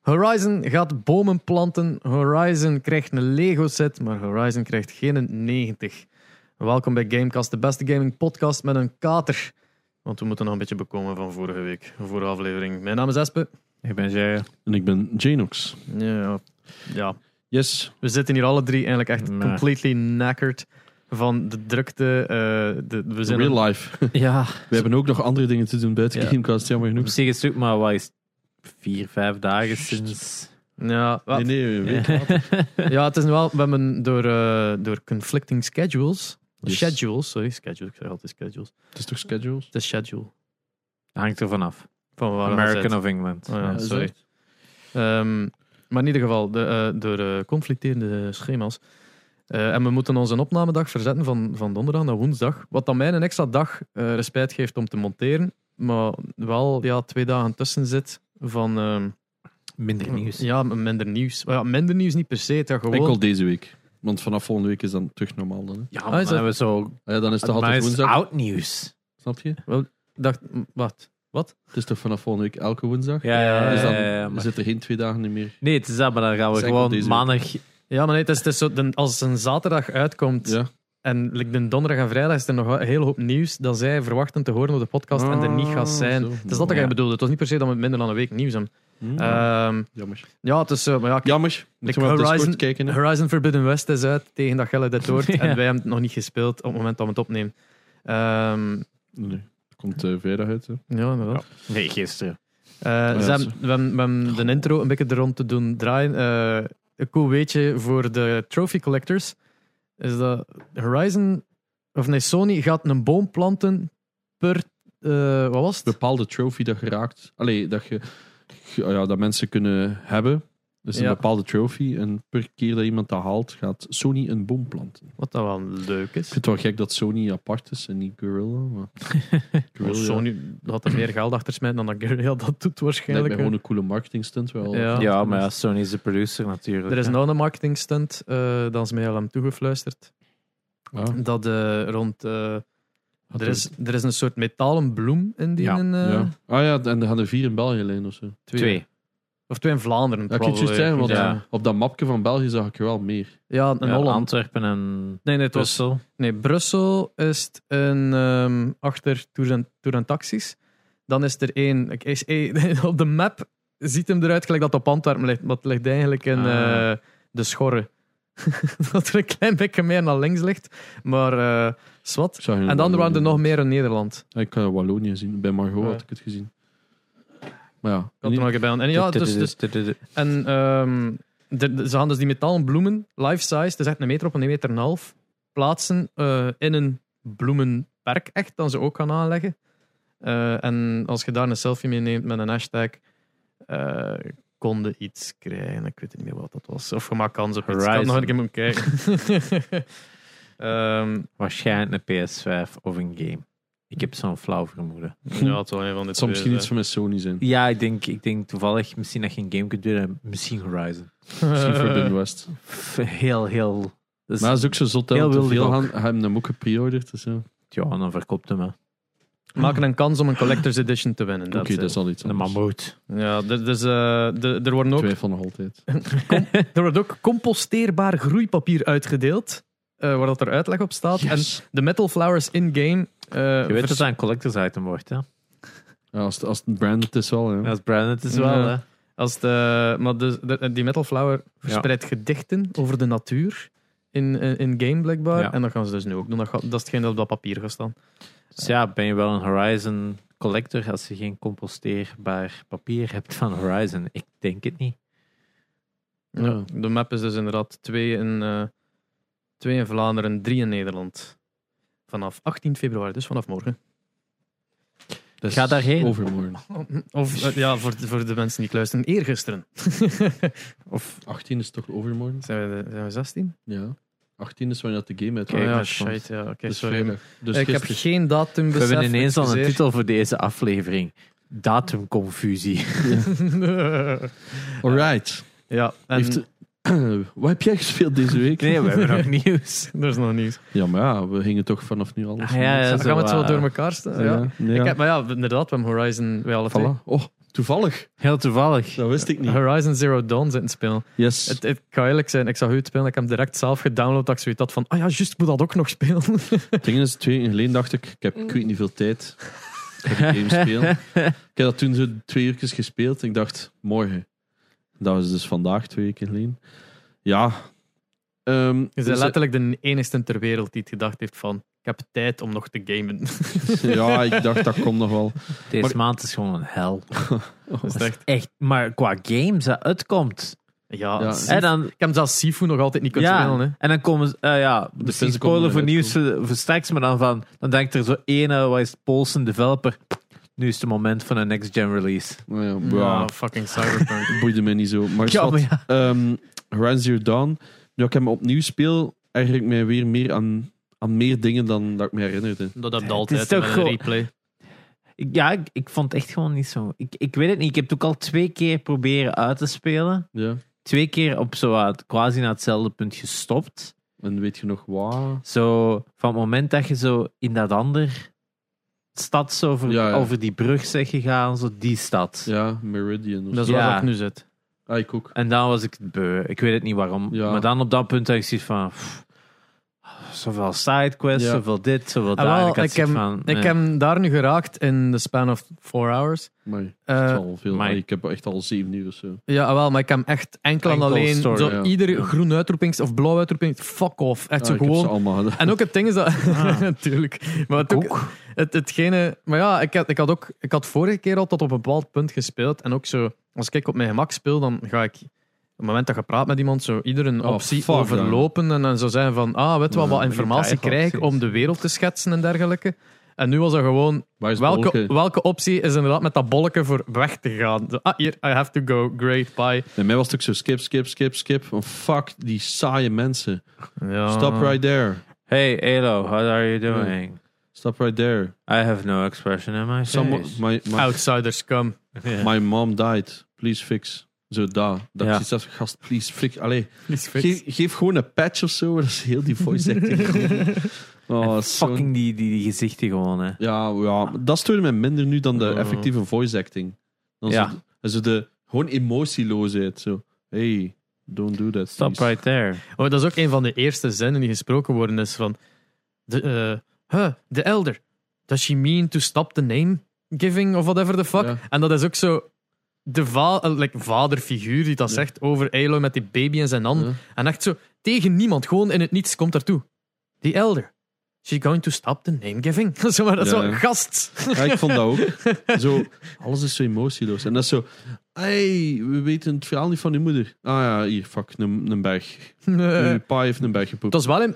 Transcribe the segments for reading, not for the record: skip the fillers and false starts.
Horizon gaat bomen planten. Horizon krijgt een Lego set, maar Horizon krijgt geen 90. Welkom bij Gamecast, de beste gaming podcast met een kater. Want we moeten nog een beetje bekomen van vorige week, vorige aflevering. Mijn naam is Espe. Ik ben Jaya. En ik ben Janox. Ja. Yes. We zitten hier alle drie eigenlijk echt completely knackered van de drukte. We zijn Real life. Ja. We hebben ook nog andere dingen te doen buiten Gamecast, jammer genoeg. Op zich is het ook maar wat is 4-5 dagen sinds... Ja, Nee, een week later. ja, het is nu wel, we hebben door conflicting schedules. Yes. Schedule, ik zeg altijd schedules. Het is toch schedules? Het is schedule. Hangt er vanaf. Van waar American of England. Oh, ja, Ja, sorry. Maar in ieder geval, door conflicterende schema's. En we moeten onze opnamedag verzetten van donderdag naar woensdag. Wat dan mij een extra dag respijt geeft om te monteren. Maar wel 2 dagen tussen zit van... Minder nieuws. Ja, minder nieuws. Maar ja, minder nieuws niet per se. Het gaat gewoon... Enkel deze week. Want vanaf volgende week is dan terug normaal. Dan, hè? Ja, is maar dat- dan hebben we zo... Ja, dan is het toch Maar altijd is woensdag. oud nieuws. Snap je? Wat? Het is toch vanaf volgende week elke woensdag? Ja, Dus dan maar... zit er geen 2 dagen niet meer. Nee, het is dat, maar dan gaan we Het is enkel gewoon deze maandag... Ja, maar nee, het is zo, als een zaterdag uitkomt... Ja. En de donderdag en vrijdag is er nog een hele hoop nieuws dat zij verwachten te horen op de podcast en er niet gaat zijn. Zo. Het is dat ik bedoelde. Het was niet per se dat we minder dan een week nieuws hebben. Jammer. Ja, het is zo. Maar ja, Jammer. Moeten we op Discord kijken. Hè? Horizon Forbidden West is uit tegen dat Gelle dit hoort. En wij hebben het nog niet gespeeld op het moment dat we het opnemen. Nee. Het komt vrijdag uit. Hè? Ja, inderdaad. Nee, gisteren. We hebben de intro een beetje er rond te doen draaien. Een cool weetje voor de trophy collectors is dat Sony gaat een boom planten per wat was het? Bepaalde trophy dat je raakt. Allee, dat mensen kunnen hebben. Dus een Ja. bepaalde trophy. En per keer dat iemand dat haalt, gaat Sony een boom planten. Wat dat wel leuk is. Ik vind het wel gek dat Sony apart is en niet Guerrilla. Maar... Guerrilla Sony had er meer geld achter smijten dan dat Guerrilla dat doet lijkt waarschijnlijk. mij gewoon een coole marketing stunt. Wel. Ja. Ja, maar ja, Sony is de producer natuurlijk. Er is nou een marketing stunt dat is mij al hem toegefluisterd. Ah. Dat rond... er is een soort metalen bloem in die... Ja. Ja. Ah ja, en er gaan er 4 in België alleen of zo. 2. Of 2 in Vlaanderen. Ja, ik kan het juist zeggen, want Ja. op dat mapje van België zag ik er wel meer. Ja, in Ja, Holland. Antwerpen en Nee, het was... Brussel. Nee, Brussel is het achter Tour en Taxis. Dan is er één... Op de map ziet hem eruit gelijk dat op Antwerpen ligt. Maar het ligt eigenlijk in de Schorre. Dat er een klein beetje meer naar links ligt. Maar zwart. Ik zag je En dan waren er nog meer in Nederland. Ja, ik had Wallonië gezien. Bij Margot had ik het gezien. Maar ja. Ik had er nog een bij. En ja, en ze gaan dus die metalen bloemen, life size, het is echt 1 meter op 1,5 meter, plaatsen in een bloemenperk, echt, dat ze ook gaan aanleggen. En als je daar een selfie mee neemt met een hashtag, konden iets krijgen. Ik weet niet meer wat dat was. Of je maakt kans op iets. Ik kan nog een keer moeten kijken. Waarschijnlijk een PS5 of een game. Ik heb zo'n flauw vermoeden. Ja, het zal een van de Het zal misschien iets van met Sony zijn. Ja, ik denk toevallig misschien dat je een game kunt doen. Misschien Horizon. Misschien Forbidden West. Heel... Dus, Maar dat is ook zo zot. heel Te wilde veel gok. hebben hem ook gepreorderd. Dus ja. ja, dan verkoopt hem. Hè. Maken een kans om een collector's edition te winnen. Oké, dat is al iets Een anders. mammoet. Ja, dus er worden ook... Twijfel nog altijd. Er wordt ook composteerbaar groeipapier uitgedeeld, waar dat er uitleg op staat. Yes. En de Metal Flowers in-game... Je weet dat dat een collector's item wordt, hè? Ja, als het branded is wel. Ja. Dat is branded is wel, Ja. hè? Maar die Metal Flower verspreidt gedichten over de natuur in game, blijkbaar. Ja. En dat gaan ze dus nu ook doen. Dat is hetgeen dat op dat papier gaat staan. Dus ja, ben je wel een Horizon collector als je geen composteerbaar papier hebt van Horizon? Ik denk het niet. Ja. De map is dus inderdaad 2 in Vlaanderen, 3 in Nederland. Vanaf 18 februari, dus vanaf morgen. Dus Ga daarheen. Overmorgen. Of voor de mensen die luisteren, eergisteren. Of 18 is toch overmorgen? Zijn we 16? Ja. 18 is wanneer dat de game Oh uitkomt. ja, dat shit. Ja, oké, Dus sorry. vrijdag. Dus ik heb gisteren. geen datum we besef. hebben ineens al een excuseer. titel voor deze aflevering. Datumconfusie. Alright. Ja, en Heeft, wat heb jij gespeeld deze week? Nee, we hebben nog nieuws. er is nog nieuws. Ja, maar ja, we gingen toch vanaf nu alles. Ah, ja, Gaan we het zo zo, door elkaar staan? Ja. Ja. Ik heb, maar ja, inderdaad, we hebben Horizon... Wij alle twee. Voilà. Oh, Toevallig. Heel toevallig. Dat wist ik niet. Horizon Zero Dawn zitten spelen. Yes. Het kan eerlijk zijn, ik zag u het spelen, ik heb hem direct zelf gedownload, dat ik zoiets had van, ja, juist, ik moet dat ook nog spelen. Het ding is, 2 weken geleden dacht ik weet niet veel tijd. Ik ga die game spelen. Ik heb dat toen zo 2 uurtjes gespeeld. Ik dacht, morgen. Dat was dus vandaag, 2 weken geleden. Ja. Je bent dus, letterlijk de enigste ter wereld die het gedacht heeft van, ik heb tijd om nog te gamen. ja, ik dacht, dat komt nog wel. Deze maand is gewoon een hel. Dat is echt... Echt, maar qua games dat uitkomt. Ja, Ja. En dan, ik heb zelfs Sifu nog altijd niet kunnen spelen. Hè. en dan komen ze, misschien Defense spoiler voor komt nieuws voor straks, maar dan denkt er zo ene, wat is het, Poolse developer. Nu is het moment van een next-gen release. Nou ja, Ja, fucking Cyberpunk. boeide mij niet zo. Maar, Ja, zwart, maar ja. Horizon Zero Dawn, nu ik hem opnieuw speel, erger ik mij weer meer aan meer dingen dan dat ik me herinnerde. Dat heb je Het altijd is toch met een gewoon- replay. Ik vond het echt gewoon niet zo. Ik weet het niet. Ik heb het ook al 2 keer proberen uit te spelen. Ja. 2 keer op quasi naar hetzelfde punt gestopt. En weet je nog wat? Zo van het moment dat je zo in dat ander stad zo over die brug zegt gegaan, zo die stad. Ja, Meridian. Of Dat is zo. Ja. waar ik nu zit. Ah, ik ook. En dan was ik het beu. Ik weet het niet waarom. Ja. Maar dan op dat punt had ik zoiets van... zoveel sidequests, Ja. zoveel dit, zoveel Ah, daar. wel, Ik had ik zoiets heb- van... Ik heb hem daar nu geraakt in de span of 4 hours. Maar het Eh, is al veel. maar- Ik heb echt al 7 uur of zo. Ja, wel, maar ik heb hem echt enkel en Enkel alleen... story, zo ja. ieder Ja. groen uitroepings of blauw uitroepings, fuck off. Echt zo Ja, ik heb ze gewoon... allemaal gedaan. En ook het ding is dat... Ah. Natuurlijk. Maar het ook... Hetgene... Maar ja, ik had vorige keer al tot op een bepaald punt gespeeld. En ook zo... Als ik op mijn gemak speel, dan ga ik... Op het moment dat je praat met iemand, zo iedere Oh, optie fuck, overlopen. En dan zo zijn van... weet je wel, wat Ja, informatie die krijg ik opties. om de wereld te schetsen en dergelijke. En nu was dat gewoon... Waar is het bolleke? Welke optie is inderdaad met dat bolletje voor weg te gaan? Zo, hier, I have to go. Great, bye. Bij mij was het ook zo skip. Oh, fuck, die saaie mensen. Ja. Stop right there. Hey, Elo, how are you doing? Stop right there. I have no expression in my Someone, face. Outsiders come. Ja. my mom died. Please fix. Zo daar. Dat Ja. is zelfs gast, please fix. Allee, Please fix. geef gewoon een patch of zo. Dat is heel die voice acting. Oh, En zo. fucking die gezichten gewoon, hè. Ja, dat stoorde mij minder nu dan de effectieve voice acting. Dan Ja. zo de gewoon emotieloosheid. Zo, hey, don't do that. Stop please. right there. Oh, dat is ook een van de eerste zinnen die gesproken worden. Is van... The elder. Does she mean to stop the name giving of whatever the fuck? Ja. En dat is ook zo... De vaderfiguur die dat zegt over Aloy met die baby in zijn hand. Ja. En echt zo tegen niemand, gewoon in het niets, komt daartoe. The elder. She's going to stop the name giving. Zo, maar dat is Ja, wel ja. gast. Ja, ik vond dat ook. Zo, alles is zo emotieloos. En dat is zo... Hey, we weten het verhaal niet van uw moeder. Ah ja, hier, fuck, een berg. Uw pa heeft een berg gepoept. Het was wel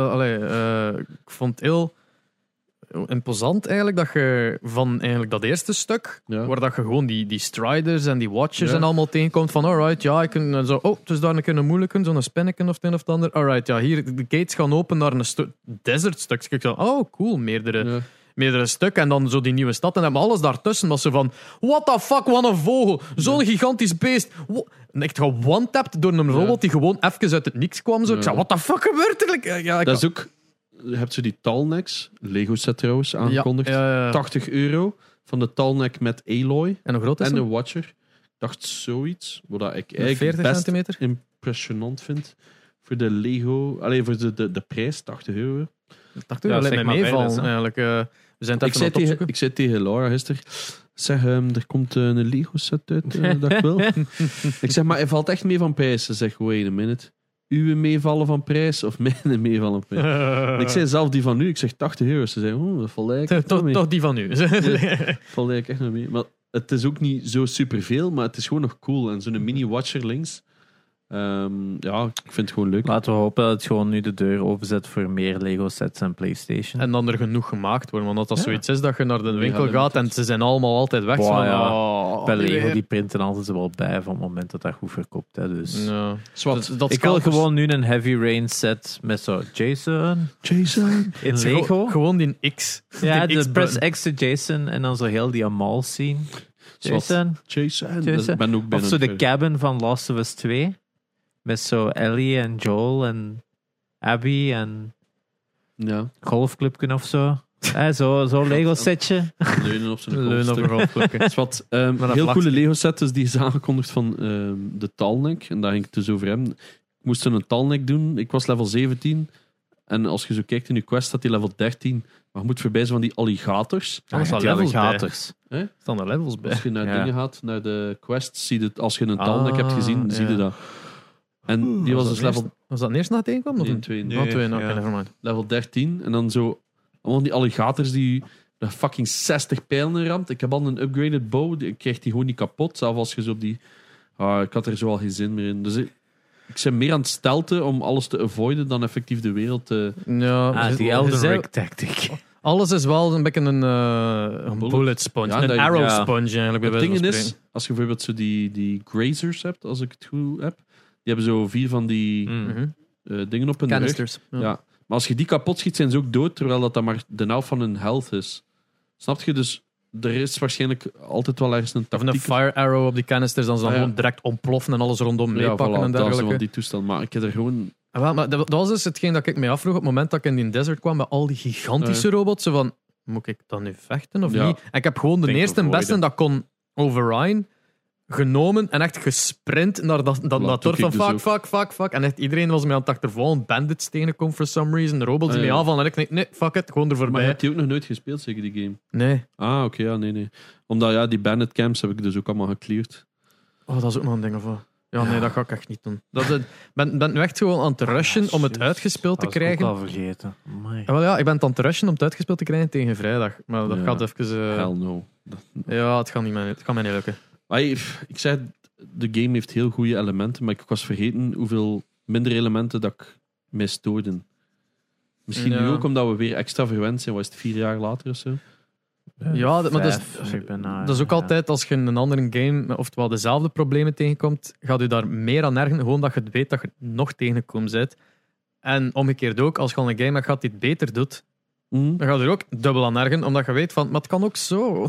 ik vond het heel imposant eigenlijk dat je van eigenlijk dat eerste stuk, Ja. waar dat je gewoon die striders en die watchers Ja. en allemaal tegenkomt van alright, ja, ik kan zo, het is daar een keer een moeilijke, zo'n spinneken of het een of het ander. Alright, ja, hier, de gates gaan open naar een desert stuk. Ik dacht, oh cool, meerdere stukken en dan zo die nieuwe stad en dan alles daartussen was zo van what the fuck, wat een vogel, zo'n gigantisch beest. En echt one-tapped door een robot die gewoon even uit het niks kwam. Zo. Ik zei, what the fuck gebeurt er? Ja, Dat is ook... Je hebt zo die Talnex, Lego set trouwens, aangekondigd. Ja. €80 van de Talnek met Aloy En hoe groot is en het? de Watcher. Ik dacht zoiets, wat ik eigenlijk 40 best centimeter? impressionant vind voor de Lego... Alleen voor de prijs, €80. Dat Ja, lijkt zeg me maar meevallen verder, hè. eigenlijk. We zijn het Ik even zei, aan het opzoeken. ik zei tegen Laura gisteren, zeg, er komt een Lego set uit dat ik wil. Ik zeg, maar hij valt echt mee van prijs. Ze zegt, wait a minute. Uw meevallen van prijs of mijn meevallen van prijs? En ik zei zelf die van nu, ik zeg €80. Ze zei, oh, dat valt eigenlijk nog mee. Toch die van nu. Valt eigenlijk echt nog mee. Maar het is ook niet zo superveel, maar het is gewoon nog cool. En zo'n mini-watcher links. Ja, ik vind het gewoon leuk. Laten we hopen dat het gewoon nu de deur openzet voor meer Lego sets en PlayStation. En dan er genoeg gemaakt worden. Want als dat Ja. zoiets is dat je naar de winkel dat gaat moet en ze zijn allemaal altijd weg. Boah, zo van, ja. oh, Bij niet Lego weer. die printen altijd wel bij van het moment dat dat goed verkoopt. Hè, dus. Ja. Zwat. Dat Ik wil scalpers- gewoon nu een Heavy Rain set met zo Jason Jason. in Gewoon- Lego. Gewoon die X. Ja, die dus press X-button. X to Jason en dan zo heel die Amal scene. Zwat. Jason. Jason. Jason. Ik ben ook Of binnen. zo de cabin van Last of Us 2. Met zo Ellie en Joel en Abby en Ja. golfclubje of zo. Zo'n Lego-setje. Leunen op zijn Leun kopstuk. over oplukken. Dat is wat een heel vlak- coole Lego-set is, die is aangekondigd van de Talnek. En daar ging ik het dus over hebben. Ik moest een Talnek doen. Ik was level 17. En als je zo kijkt in je quest, staat die level 13. Maar je moet voorbij zijn van die alligators. Er staan Die levels bij. alligators. Er staan er levels bij. Als je naar Ja. dingen gaat, naar de quests, zie je het, als je een Talnek hebt gezien, zie je ja. dat. En die was dus Was dat eerst na het inkwam? Of Nee, een twee. Oh, twee, oké, ja. nevermind. level 13. En dan zo allemaal die alligators die de fucking 60 pijlen ramt. Ik heb al een upgraded bow. Ik krijg die gewoon niet kapot. Zelfs als je zo op die... ik had er zo al geen zin meer in. Dus ik ben meer aan het stelten om alles te avoiden dan effectief de wereld te... Ja, Die je Elden zei- Ring tactic. Alles is wel een beetje een bullet sponge. Ja, een dat- arrow ja. sponge eigenlijk. Bij Het wijze ding van is, spreken. als je bijvoorbeeld zo die grazers hebt, als ik het goed heb, die hebben zo 4 van die Mhm. dingen op hun rug. Canisters. Ja. Ja. Maar als je die kapot schiet, zijn ze ook dood, terwijl dat maar de helft van hun health is. Snap je? Dus er is waarschijnlijk altijd wel ergens een Of tactiek. een fire arrow op die canisters, dan ze dan Ah, ja. gewoon direct ontploffen en alles rondom ja, meepakken voilà, en dat is zo dergelijke. van die toestand. Maar ik heb er gewoon... Ah, wel, maar dat was dus hetgeen dat ik me afvroeg op het moment dat ik in die desert kwam met al die gigantische robots. Zo van, moet ik dan nu vechten of Ja. niet? En ik heb gewoon de Denk eerste en beste avoiden. dat kon override genomen en echt gesprint naar dat doe dorp ik van dus fuck. En echt iedereen was mij aan het achtervolgen. Bandits tegenkomen for some reason. De robots die Ah, ja. mij aanvallen. En ik denk, nee, fuck it, gewoon er Maar je voorbij. hebt die ook nog nooit gespeeld, zeker, die game? Nee. Ah, oké, ja, nee. Omdat, ja, die bandit camps heb ik dus ook allemaal gecleared. Oh, dat is ook nog een ding of wat? Ja, nee, dat ga ik echt niet doen. Ben nu echt gewoon aan het rushen om het uitgespeeld te krijgen. Dat was ik ook al vergeten. Amai. Ja, wel ja, ik ben aan het rushen om het uitgespeeld te krijgen tegen vrijdag. Maar dat Ja. gaat even... Hell no. Ja, het gaat mij niet lukken. Maar ik zei, de game heeft heel goede elementen, maar ik was vergeten hoeveel minder elementen dat ik mij stoorde. Misschien Ja. nu ook omdat we weer extra verwend zijn. Was het 4 jaar later of zo? Ja, maar dat Vijf, ik ben naar- is ook ja. altijd als je in een andere game oftewel dezelfde problemen tegenkomt, gaat je daar meer aan ergeren, gewoon dat je weet dat je nog tegengekomen bent. En omgekeerd ook, als je al een game hebt gehad die het beter doet, dan gaat je er ook dubbel aan ergeren, omdat je weet van, maar het kan ook zo.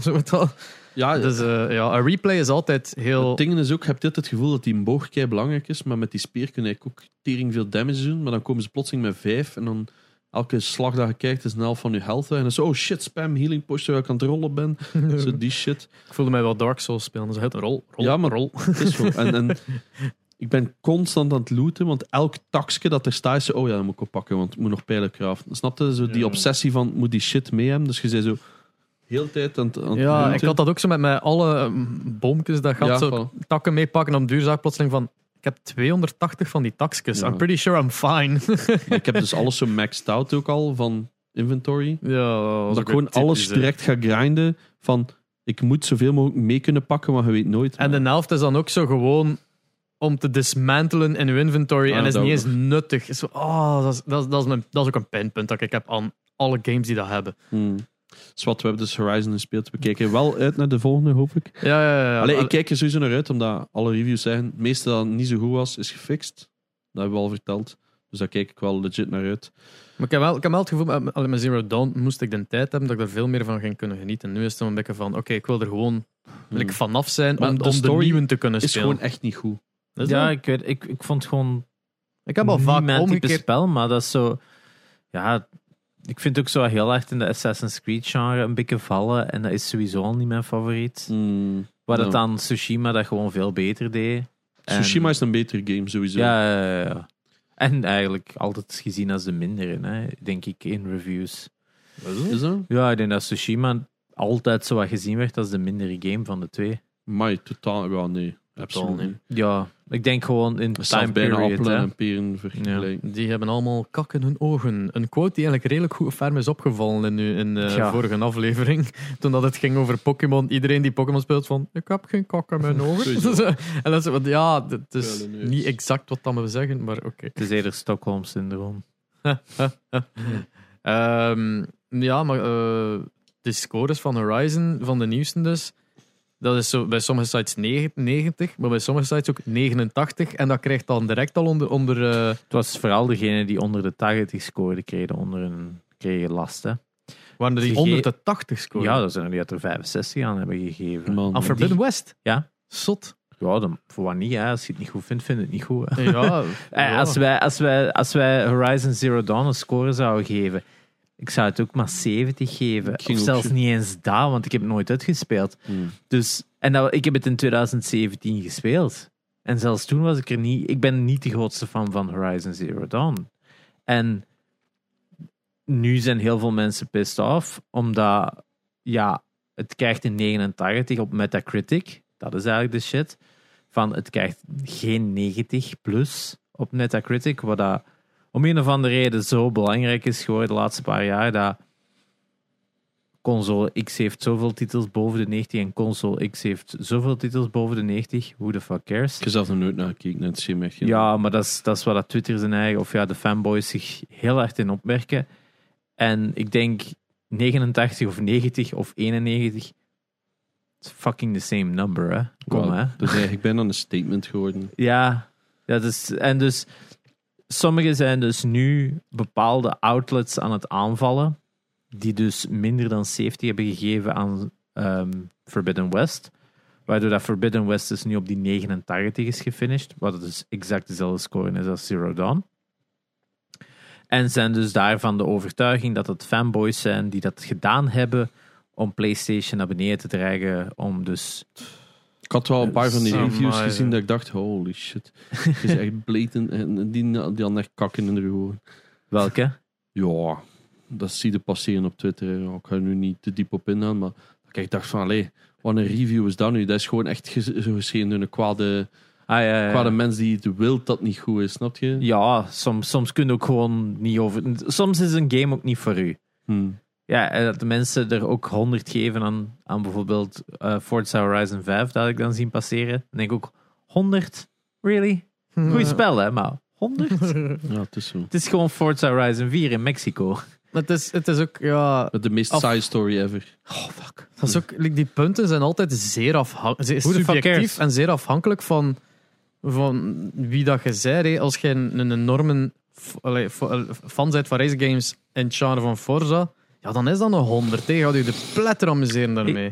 Ja, Dus ja, een replay is altijd heel... het ding is ook, je hebt altijd het gevoel dat die boog kei belangrijk is, maar met die speer kun je eigenlijk ook tering veel damage doen, maar dan komen ze plotseling met 5 en dan elke slag dat je kijkt is een helft van je health. En dan is zo, oh shit, spam, healing potion, terwijl ik aan het rollen ben. Zo die shit. Ik voelde mij wel Dark Souls spelen. Dus het rol, Ja, maar rol. Het is zo. En ik ben constant aan het looten, want elk takje dat er staat is zo, oh ja, dat moet ik oppakken, want ik moet nog pijlen craften. Snap je? Zo die Ja. obsessie van, moet die shit mee hebben. Dus je zei zo, heel de tijd aan het Ja, looten. ik had dat ook zo met alle boomjes, dat gaat Ja, zo voilà. takken meepakken en op duur zag ik plotseling van, ik heb 280 van die takjes. Ja. I'm pretty sure I'm fine. Maar ik heb dus alles zo maxed out ook al van inventory. Ja, Dat ik gewoon alles direct ga grinden van, ik moet zoveel mogelijk mee kunnen pakken, maar je weet nooit. En de helft is dan ook zo gewoon om te dismantelen in uw inventory Ah, en is dat niet ook eens nuttig. Is zo, dat is ook een pijnpunt dat ik heb aan alle games die dat hebben. Zwat, we hebben dus Horizon gespeeld. We kijken wel uit naar de volgende, hoop ik. Ja. Allee, ik kijk er sowieso naar uit, omdat alle reviews zeggen, het meeste dat niet zo goed was, is gefixt. Dat hebben we al verteld. Dus daar kijk ik wel legit naar uit. Maar ik heb wel het gevoel, met Zero Dawn moest ik de tijd hebben dat ik er veel meer van ging kunnen genieten. Nu is het een beetje van, oké, ik wil er gewoon wil ik vanaf zijn Maar om de de story nieuwe te kunnen Is spelen. gewoon echt niet goed. Is Ja, dat? ik weet, ik vond het gewoon Ik heb al niet vaak mijn type omgekeerd... spel, maar dat is zo... Ja, ik vind het ook zo heel erg in de Assassin's Creed genre een beetje vallen. En dat is sowieso al niet mijn favoriet. Waar het Ja. aan Tsushima dat gewoon veel beter deed. En- Tsushima is een betere game, sowieso. Ja. En eigenlijk altijd gezien als de mindere, hè, denk ik, in reviews. Is dat? Ja, ik denk dat Tsushima altijd zo wat gezien werd als de mindere game van de twee. Maar totaal, ja, nee. Absoluut niet. niet. Ja, ik denk gewoon in Dat is zelfs time bijna period. appelen Hè. en peren vergelijken. Die hebben allemaal kak in hun ogen. Een quote die eigenlijk redelijk goed ferm is opgevallen in de Ja. vorige aflevering. Toen dat het ging over Pokémon. Iedereen die Pokémon speelt van, ik heb geen kak in mijn ogen. Sowieso. En dat is, want ja, het is Vuile neus. niet exact wat dat we zeggen, maar oké. Het is eerder Stockholm-syndroom. Ja, maar de scores van Horizon, van de nieuwste dus, dat is zo bij sommige sites 90, maar bij sommige sites ook 89. En dat krijgt dan direct al onder Het was vooral degene die onder de 80 scoorde, kregen last. Hè. waren er die Die onder de 80 scoren. Ja, dat zijn er die er 65 aan hebben gegeven. Man. Aan Forbidden West? Ja. Zot. Ja, dan, voor wat niet. Hè. Als je het niet goed vindt, vind je het niet goed. Hè. Ja. Als wij Horizon Zero Dawn een score zouden geven Ik zou het ook maar 70 geven. Ik ging Of ook zelfs zo. niet eens dat, want ik heb het nooit uitgespeeld. Dus, ik heb het in 2017 gespeeld. En zelfs toen was ik er niet... Ik ben niet de grootste fan van Horizon Zero Dawn. En nu zijn heel veel mensen pissed off, omdat het krijgt een 89 op Metacritic. Dat is eigenlijk de shit. Het krijgt geen 90 plus op Metacritic, wat dat om een of andere reden zo belangrijk is geworden de laatste paar jaar, dat console X heeft zoveel titels boven de 90 en console X heeft zoveel titels boven de 90. Who the fuck cares? Ik heb zelf nog nooit naar gekeken, net zie je me echt geen- Ja, maar dat is wat dat Twitter zijn eigen, of de fanboys zich heel hard in opmerken. En ik denk 89 of 90 of 91, it's fucking the same number, hè. Kom, hè. Dat is eigenlijk bijna een statement geworden. Ja, dat is... En dus, sommigen zijn dus nu bepaalde outlets aan het aanvallen, die dus minder dan 70 hebben gegeven aan Forbidden West. Waardoor dat Forbidden West dus nu op die 89 is gefinished, wat dus exact dezelfde score is als Zero Dawn. En zijn dus daarvan de overtuiging dat het fanboys zijn die dat gedaan hebben om PlayStation naar beneden te dreigen, om dus... Ik had wel een paar van die Amai, reviews gezien ja. dat ik dacht, holy shit. Het is echt blatant. En die hadden echt kakken in de ogen. Welke? Ja, dat zie je passeren op Twitter. Ja, ik ga er nu niet te diep op ingaan, maar ik dacht van, allee, wat een review is dat nu? Dat is gewoon echt zo geschreven door een kwade mens die het wil dat het niet goed is, snap je? Ja, soms kun je ook gewoon niet over... Soms is een game ook niet voor u. Ja, en dat de mensen er ook 100 geven aan bijvoorbeeld Forza Horizon 5, dat ik dan zien passeren. Dan denk ik ook, 100? Really? Goeie spel, hè, maar 100? Ja, het is zo. Het is gewoon Forza Horizon 4 in Mexico. Het is ook, ja... De meest side story ever. Oh, fuck. Dat is ook, die punten zijn altijd zeer Who the fuck subjectief cares? en zeer afhankelijk van wie dat je zei. Hè. Als je een enorme fan bent van race games in het genre van Forza, ja, dan is dat een 100. Je gaat je de pletter amuseren daarmee.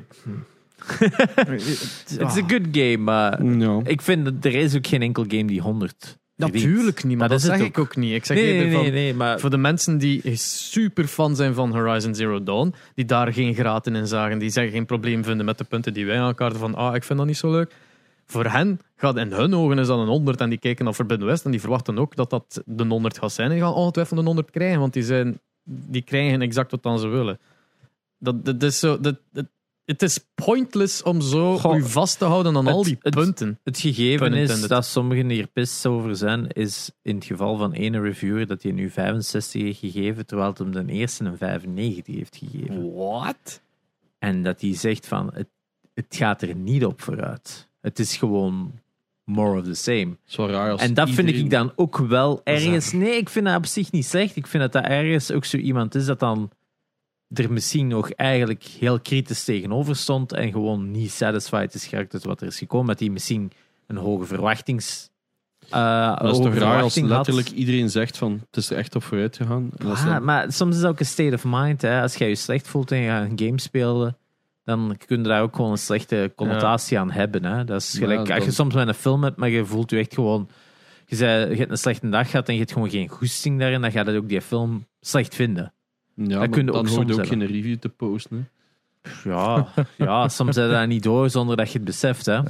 Het is een good game, maar Ja. ik vind dat er is ook geen enkel game die 100 verdient. Natuurlijk niet, maar dat is het zeg ik ook niet. Ik zeg Nee, eerder van, nee, maar... voor de mensen die super fan zijn van Horizon Zero Dawn, die daar geen graten in zagen, die zeggen geen probleem vinden met de punten die wij aankaarten van, ik vind dat niet zo leuk. Voor hen gaat in hun ogen is dat een 100 en die kijken naar Forbidden West en die verwachten ook dat dat de 100 gaat zijn en die gaan ongetwijfeld een 100 krijgen, want die krijgen exact wat dan ze willen. Dat is zo... Het is pointless om zo Goh, u vast te houden aan al die punten. Het gegeven Pun is intended. dat sommigen hier pissed over zijn, is in het geval van ene reviewer dat hij nu 65 heeft gegeven, terwijl het hem de eerste een 95 heeft gegeven. What? En dat hij zegt van, het gaat er niet op vooruit. Het is gewoon more of the same. Zo raar als En dat vind iedereen- ik dan ook wel ergens... Nee, ik vind dat op zich niet slecht. Ik vind dat ergens ook zo iemand is dat dan er misschien nog eigenlijk heel kritisch tegenover stond en gewoon niet satisfied is geraakt met wat er is gekomen. Dat hij misschien een hoge verwachtings... Dat is toch raar als verwachting had. letterlijk iedereen zegt van het is er echt op vooruit gegaan. En dat is dan- Maar soms is het ook een state of mind. Hè. Als jij je slecht voelt en je gaat een game spelen, dan kun je daar ook gewoon een slechte connotatie aan hebben. Hè. Dat is gelijk Ja, als je dan- soms met een film hebt, maar je voelt je echt gewoon... Je hebt een slechte dag gehad en je hebt gewoon geen goesting daarin, dan ga je ook die film slecht vinden. Ja, dat kun je dan ook hoor je soms ook hebben. geen review te posten. Hè. Ja, soms zet je dat niet door zonder dat je het beseft. Hè.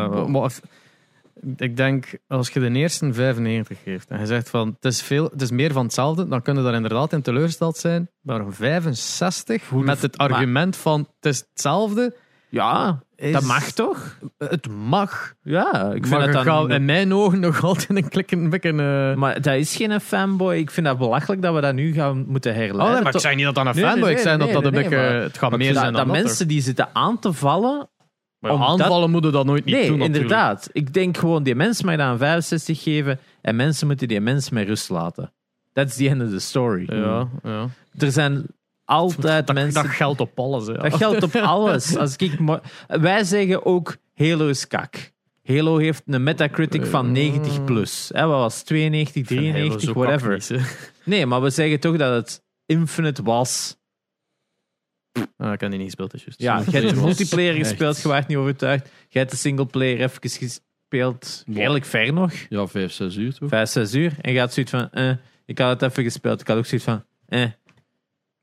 Ik denk, als je de eerste 95 geeft en je zegt van het is meer van hetzelfde, dan kun je daar inderdaad in teleurgesteld zijn. Maar een 65 met het argument van het is hetzelfde, Ja, dat mag toch? het mag. Ja, ik vind Maar dat je dan gaat in mijn ogen nog altijd een klikken bekken. Maar dat is geen fanboy. Ik vind dat belachelijk dat we dat nu gaan moeten herleiden. maar ik zei niet dat dat een Nee, fanboy nee, ik zei nee, dat dat nee, een beetje... maar- Het gaat Maar meer zijn dat dan mensen die zitten aan te vallen. Maar omdat- aanvallen moeten dat nooit niet Nee, doen natuurlijk. inderdaad. Ik denk gewoon, die mensen mag dat een 65 geven en mensen moeten die mensen met rust laten. That's the end of the story. Ja. Er zijn altijd mensen... Dat geldt op alles. Hè. Dat geldt op alles. Wij zeggen ook, Halo is kak. Halo heeft een Metacritic van 90 plus. Wat was het? 92, 93, whatever. Nee, maar we zeggen toch dat het Infinite was. Ik heb die niet gespeeld, dus juist. Ja, je hebt de multiplayer echt. gespeeld, je werd niet overtuigd. Je hebt de singleplayer even gespeeld, redelijk ver nog. Ja, 5, 6 uur toch? 5, 6 uur. En je had zoiets van, ik had het even gespeeld. Ik had ook zoiets van,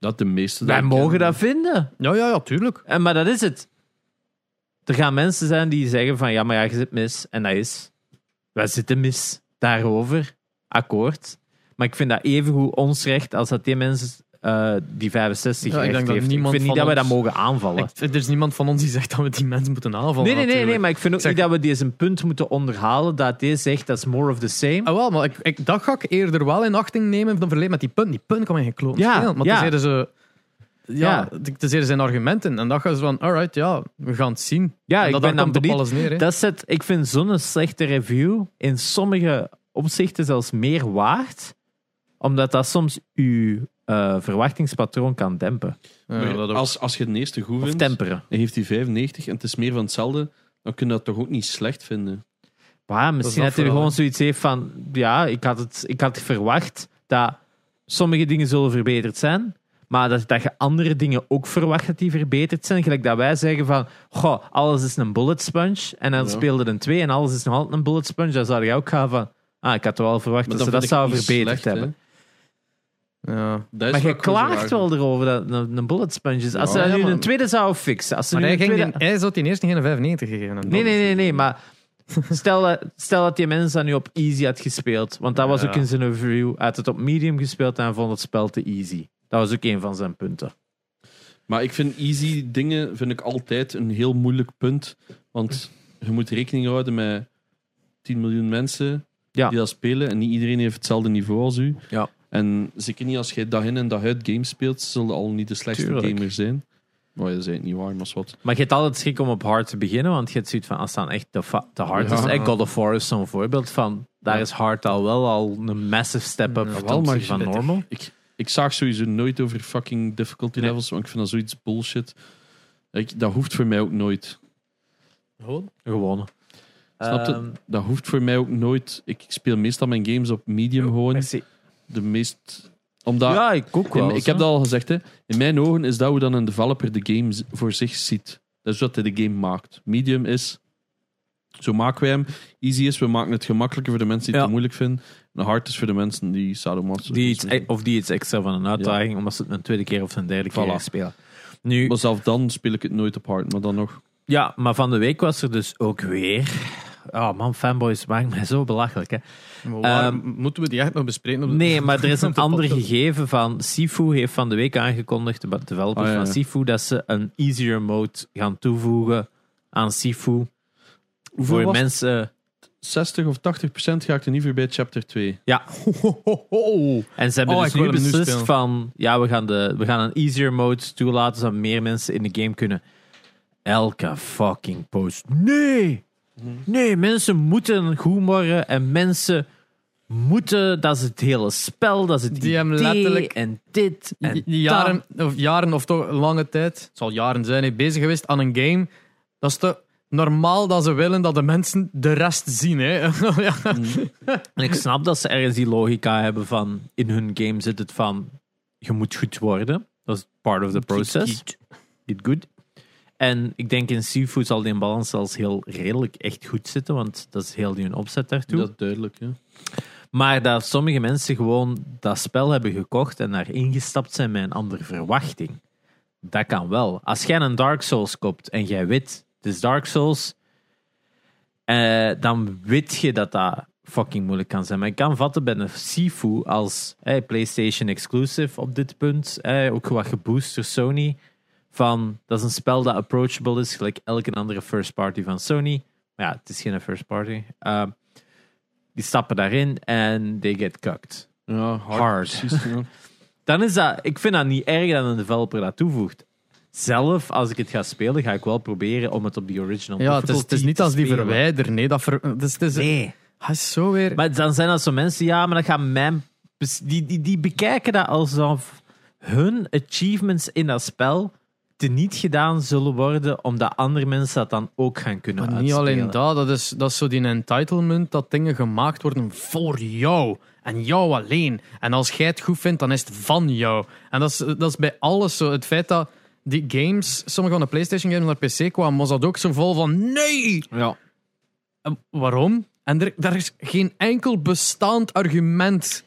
Dat de meeste... Wij mogen dat vinden. Ja, tuurlijk. Maar dat is het. Er gaan mensen zijn die zeggen van ja, maar ja, je zit mis. En dat is... Wij zitten mis. Daarover. Akkoord. Maar ik vind dat evengoed ons recht als dat die mensen die 65 Ja, ik recht denk dat heeft. Ik niemand vind niet van dat we dat ons- mogen aanvallen. Er is niemand van ons die zegt dat we die mensen moeten aanvallen. Nee, maar ik vind ook Zeg- niet dat we deze punt moeten onderhalen dat deze zegt dat is more of the same. Ah, wel, maar dat ga ik eerder wel in achting nemen dan verleden met die punten. Die punten kan me geen kloot Ja, schelen. Maar ja. tenzijde ze... Ja. tenzijde zijn argumenten. En dat gaan ze van, alright, ja, we gaan het zien. Ja, en ik dat ben daar dan komt op benieuwd. alles neer. Hè. Dat zet, ik vind zo'n slechte review in sommige opzichten zelfs meer waard, omdat dat soms uw verwachtingspatroon kan dempen. Ja, dat ook. Als je het eerste goed Of vindt, temperen. en heeft hij 95 en het is meer van hetzelfde, dan kun je dat toch ook niet slecht vinden. Maar misschien dat hij vooral, gewoon hè. zoiets heeft van, ja, ik had verwacht dat sommige dingen zullen verbeterd zijn, maar dat je andere dingen ook verwacht dat die verbeterd zijn. Gelijk dat wij zeggen van, goh, alles is een bullet sponge, en dan Ja. speelde een 2 en alles is nog altijd een bullet sponge. Dan zou je ook gaan van, ik had wel verwacht dat ze dat zouden verbeterd hebben. Ja. Maar je klaagt wel erover dat het een bullet sponge is. Als ze Ja, nu maar- een tweede zouden fixen. Als ze Maar nu hij, een tweede... hij zou die eerst geen 95 gegeven hebben. Nee, maar stel dat die mensen dat nu op easy had gespeeld. Want dat was Ja. ook in zijn review. Hij had het op medium gespeeld en hij vond het spel te easy. Dat was ook een van zijn punten. Maar ik vind easy dingen vind ik altijd een heel moeilijk punt. Want je moet rekening houden met 10 miljoen mensen Ja. die dat spelen. En niet iedereen heeft hetzelfde niveau als u. Ja. En zeker niet als je dag in en dag uit games speelt, zul je al niet de slechtste Tuurlijk. gamer zijn. Maar dat is eigenlijk niet waar, maar is wat. Maar je hebt altijd schrik om op hard te beginnen. Want je hebt zoiets van, als het dan echt te hard Ja. is. God of War is zo'n voorbeeld van. Daar is hard al een massive step-up Ja, ten wel, maar opzichte van je- normal. Ik zag sowieso nooit over fucking difficulty Nee. levels, want ik vind dat zoiets bullshit. Dat hoeft voor mij ook nooit. Gewone. Snap je? Dat hoeft voor mij ook nooit. Ik speel meestal mijn games op medium gewoon. Merci. De meest... Omdat... Ja, ik ook wel. ik heb dat al gezegd, hè. In mijn ogen is dat hoe dan een developer de game voor zich ziet. Dat is wat hij de game maakt. Medium is, zo maken wij hem. Easy is, we maken het gemakkelijker voor de mensen die het Ja. te moeilijk vinden. En hard is voor de mensen die sadomaso Die iets extra van een uitdaging, omdat ze het een tweede keer of een derde keer Voilà. spelen. Nu, Maar zelf dan speel ik het nooit op hard, maar dan nog. ja, maar van de week was er dus ook weer... Oh man, fanboys maken mij zo belachelijk, hè. Moeten we die echt nog bespreken? Op de- Nee, maar er is een op de ander podcast? gegeven van Sifu heeft van de week aangekondigd, de developers Ah, ja. van Sifu, dat ze een easier mode gaan toevoegen aan Sifu. Voor was het? mensen... 60 of 80% ga ik er niet voor bij chapter 2. Ja. En ze hebben Oh, dus ik nu wil hem nu beslist spelen. van, ja, we gaan een easier mode toelaten, zodat meer mensen in de game kunnen. Elke fucking post. Nee, mensen moeten goed worden en mensen moeten, dat is het hele spel, dat is het Die hebben idee letterlijk en dit en Die dat. jaren of toch een lange tijd, het zal jaren zijn, hè, bezig geweest aan een game. Dat is te normaal dat ze willen dat de mensen de rest zien. Hè. Ja. En ik snap dat ze ergens die logica hebben van, in hun game zit het van, je moet goed worden. Dat is part of the process. Get good. En ik denk in Sifu zal die balans zelfs heel redelijk echt goed zitten, want dat is heel die opzet daartoe. Dat is duidelijk, hè. Maar dat sommige mensen gewoon dat spel hebben gekocht en daar ingestapt zijn met een andere verwachting. Dat kan wel. Als jij een Dark Souls koopt en jij weet, het is Dark Souls, dan weet je dat dat fucking moeilijk kan zijn. Maar ik kan vatten bij een Sifu als PlayStation exclusive op dit punt, ook wat geboost door Sony, van dat is een spel dat approachable is, gelijk elke andere first party van Sony. Maar ja, het is geen first party. Die stappen daarin en they get cucked. Ja, Hard. Precies, ja. Dan is dat, ik vind dat niet erg dat een developer dat toevoegt. Zelf, als ik het ga spelen, ga ik wel proberen om het op die original Ja, het is difficulty niet te als die spelen. verwijderen. Nee, het is Nee. hij is zo weer... Maar dan zijn dat zo mensen, ja, maar dat gaan mijn... Die bekijken dat alsof hun achievements in dat spel teniet gedaan zullen worden, omdat andere mensen dat dan ook gaan kunnen Maar uitspelen. niet alleen dat is zo die entitlement dat dingen gemaakt worden voor jou. En jou alleen. En als jij het goed vindt, dan is het van jou. En dat is bij alles zo. Het feit dat die games, sommige van de PlayStation games naar PC kwamen, was dat ook zo vol van nee! Ja. Waarom? En daar is geen enkel bestaand argument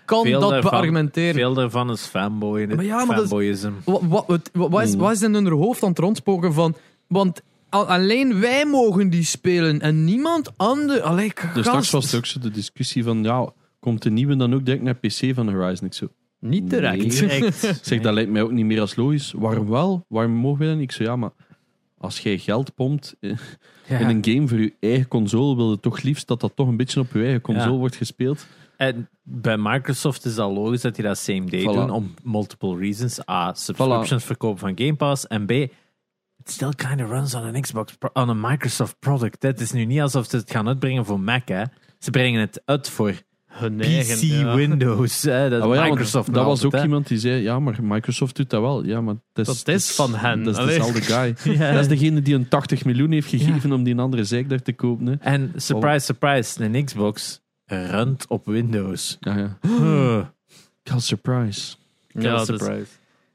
kan Veel dat daarvan- beargumenteren. Veel daarvan is fanboy. Maar ja, maar dat is- fanboyism. Wat is in hun hoofd aan het rondspoken van... Want alleen wij mogen die spelen en niemand anders. Allee, Dus straks was er ook zo de discussie van, ja, komt de nieuwe dan ook direct naar PC van Horizon? Ik zo, Niet direct. Nee. zeg, dat lijkt mij ook niet meer als logisch. Waarom wel? Waarom mogen we dat niet? Ik zo, ja, maar als jij geld pompt in een game voor je eigen console, wil je toch liefst dat dat toch een beetje op je eigen console Ja. wordt gespeeld. En bij Microsoft is dat logisch dat die dat same day Voilà. doen om multiple reasons. A, subscriptions verkopen van Game Pass. En B, it still kind of runs on an Xbox, on a Microsoft product. Het is nu niet alsof ze het gaan uitbrengen voor Mac, hè. Ze brengen het uit voor Hun PC, eigen, ja. Windows. Hè. Dat Ah, maar ja, want Microsoft dat nog was ook altijd, hè. iemand die zei, ja, maar Microsoft doet dat wel. Ja, maar Dat is van hen. Dat is Allee. dezelfde guy. Ja. Dat is degene die een 80 miljoen heeft gegeven om die een andere zeik daar te kopen. Hè. En surprise, surprise, een Xbox runt op Windows. Ja. Huh. God, surprise. Ja, dus- surprise.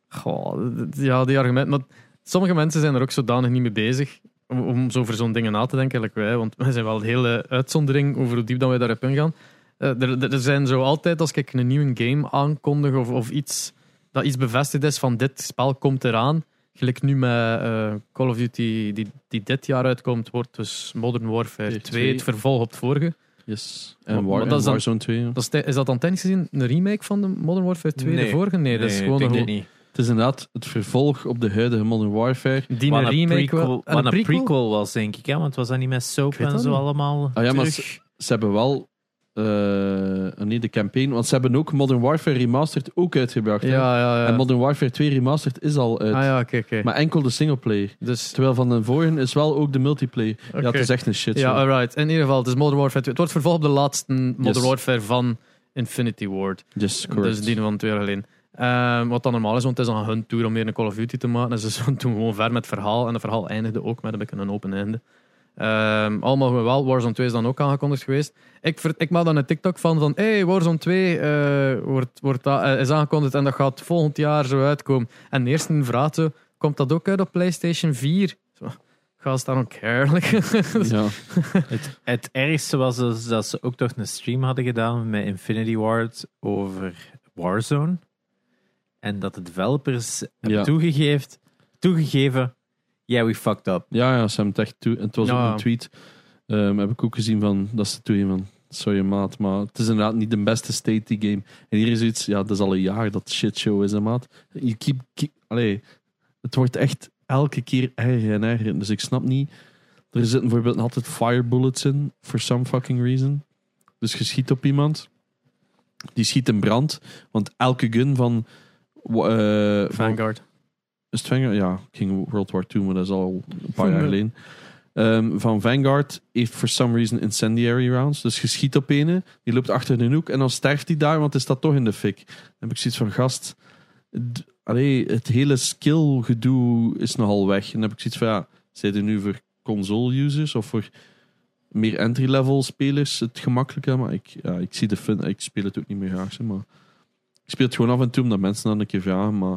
ja, die argument. Maar sommige mensen zijn er ook zodanig niet mee bezig om zo over zo'n dingen na te denken, eigenlijk wij. Want wij zijn wel een hele uitzondering over hoe diep dat wij daarop ingaan. Er zijn zo altijd, als ik een nieuwe game aankondig of iets dat iets bevestigd is van dit spel komt eraan, gelijk nu met Call of Duty die dit jaar uitkomt, wordt dus Modern Warfare 2 het vervolg op het vorige. Yes. Maar En dat is dan- Warzone 2. Ja. Is dat dan technisch gezien een remake van de Modern Warfare 2, Nee. de vorige? Nee, dat is gewoon ik denk een het niet. Het is inderdaad het vervolg op de huidige Modern Warfare. die Wat een remake wel. En wat een prequel was, denk ik. Hè? Want was dat niet met soap Ik weet en dat zo niet. allemaal Ah ja, maar terug? ze hebben wel... nee, de campaign. Want ze hebben ook Modern Warfare Remastered ook uitgebracht. hè. Ja. En Modern Warfare 2 Remastered is al uit. Ah ja, oké. Maar enkel de singleplayer. Dus, Terwijl van de vorige is wel ook de multiplayer. Oké. Ja, het is echt een shit. ja, show. alright. In ieder geval, het is Modern Warfare 2. Het wordt vervolg op de laatste Modern Yes. Warfare van Infinity Ward. Yes, correct. Dus die van 2 jaar geleden. Wat dan normaal is, want het is aan hun tour om weer een Call of Duty te maken. En ze doen gewoon ver met het verhaal. En het verhaal eindigde ook met een beetje een open einde. Allemaal gewoon wel. Warzone 2 is dan ook aangekondigd geweest. Ik maak dan een TikTok van hey, Warzone 2 is aangekondigd en dat gaat volgend jaar zo uitkomen. En de eerste vraagt zo, komt dat ook uit op PlayStation 4? Zo, gast, I don't care. Ja. Het ergste was dus dat ze ook toch een stream hadden gedaan met Infinity Ward over Warzone. En dat de developers hebben Ja. toegegeven, yeah, we fucked up. Ja, ze hebben het echt toe. En het was Ja. ook een tweet. Heb ik ook gezien van dat ze toegeven van sorry maat, maar het is inderdaad niet de beste state die game. En hier is iets, ja, dat is al een jaar dat shitshow is, hè, maat. Je allee, het wordt echt elke keer erger en erger. Dus ik snap niet. Er zitten bijvoorbeeld altijd fire bullets in, for some fucking reason. Dus je schiet op iemand, die schiet in brand, want elke gun van Vanguard. is het Vanguard? Ja, ik ging World War II, maar dat is al een paar jaar geleden. Van Vanguard heeft for some reason incendiary rounds. Dus je schiet op ene, die loopt achter de hoek en dan sterft hij daar, want hij staat toch in de fik. Dan heb ik zoiets van, gast, het hele skill gedoe is nogal weg. En dan heb ik zoiets van, ja, zijn er nu voor console-users of voor meer entry-level spelers het gemakkelijker? Maar ik zie de fun. Ik speel het ook niet meer graag, maar ik speel het gewoon af en toe omdat mensen dan een keer vragen, maar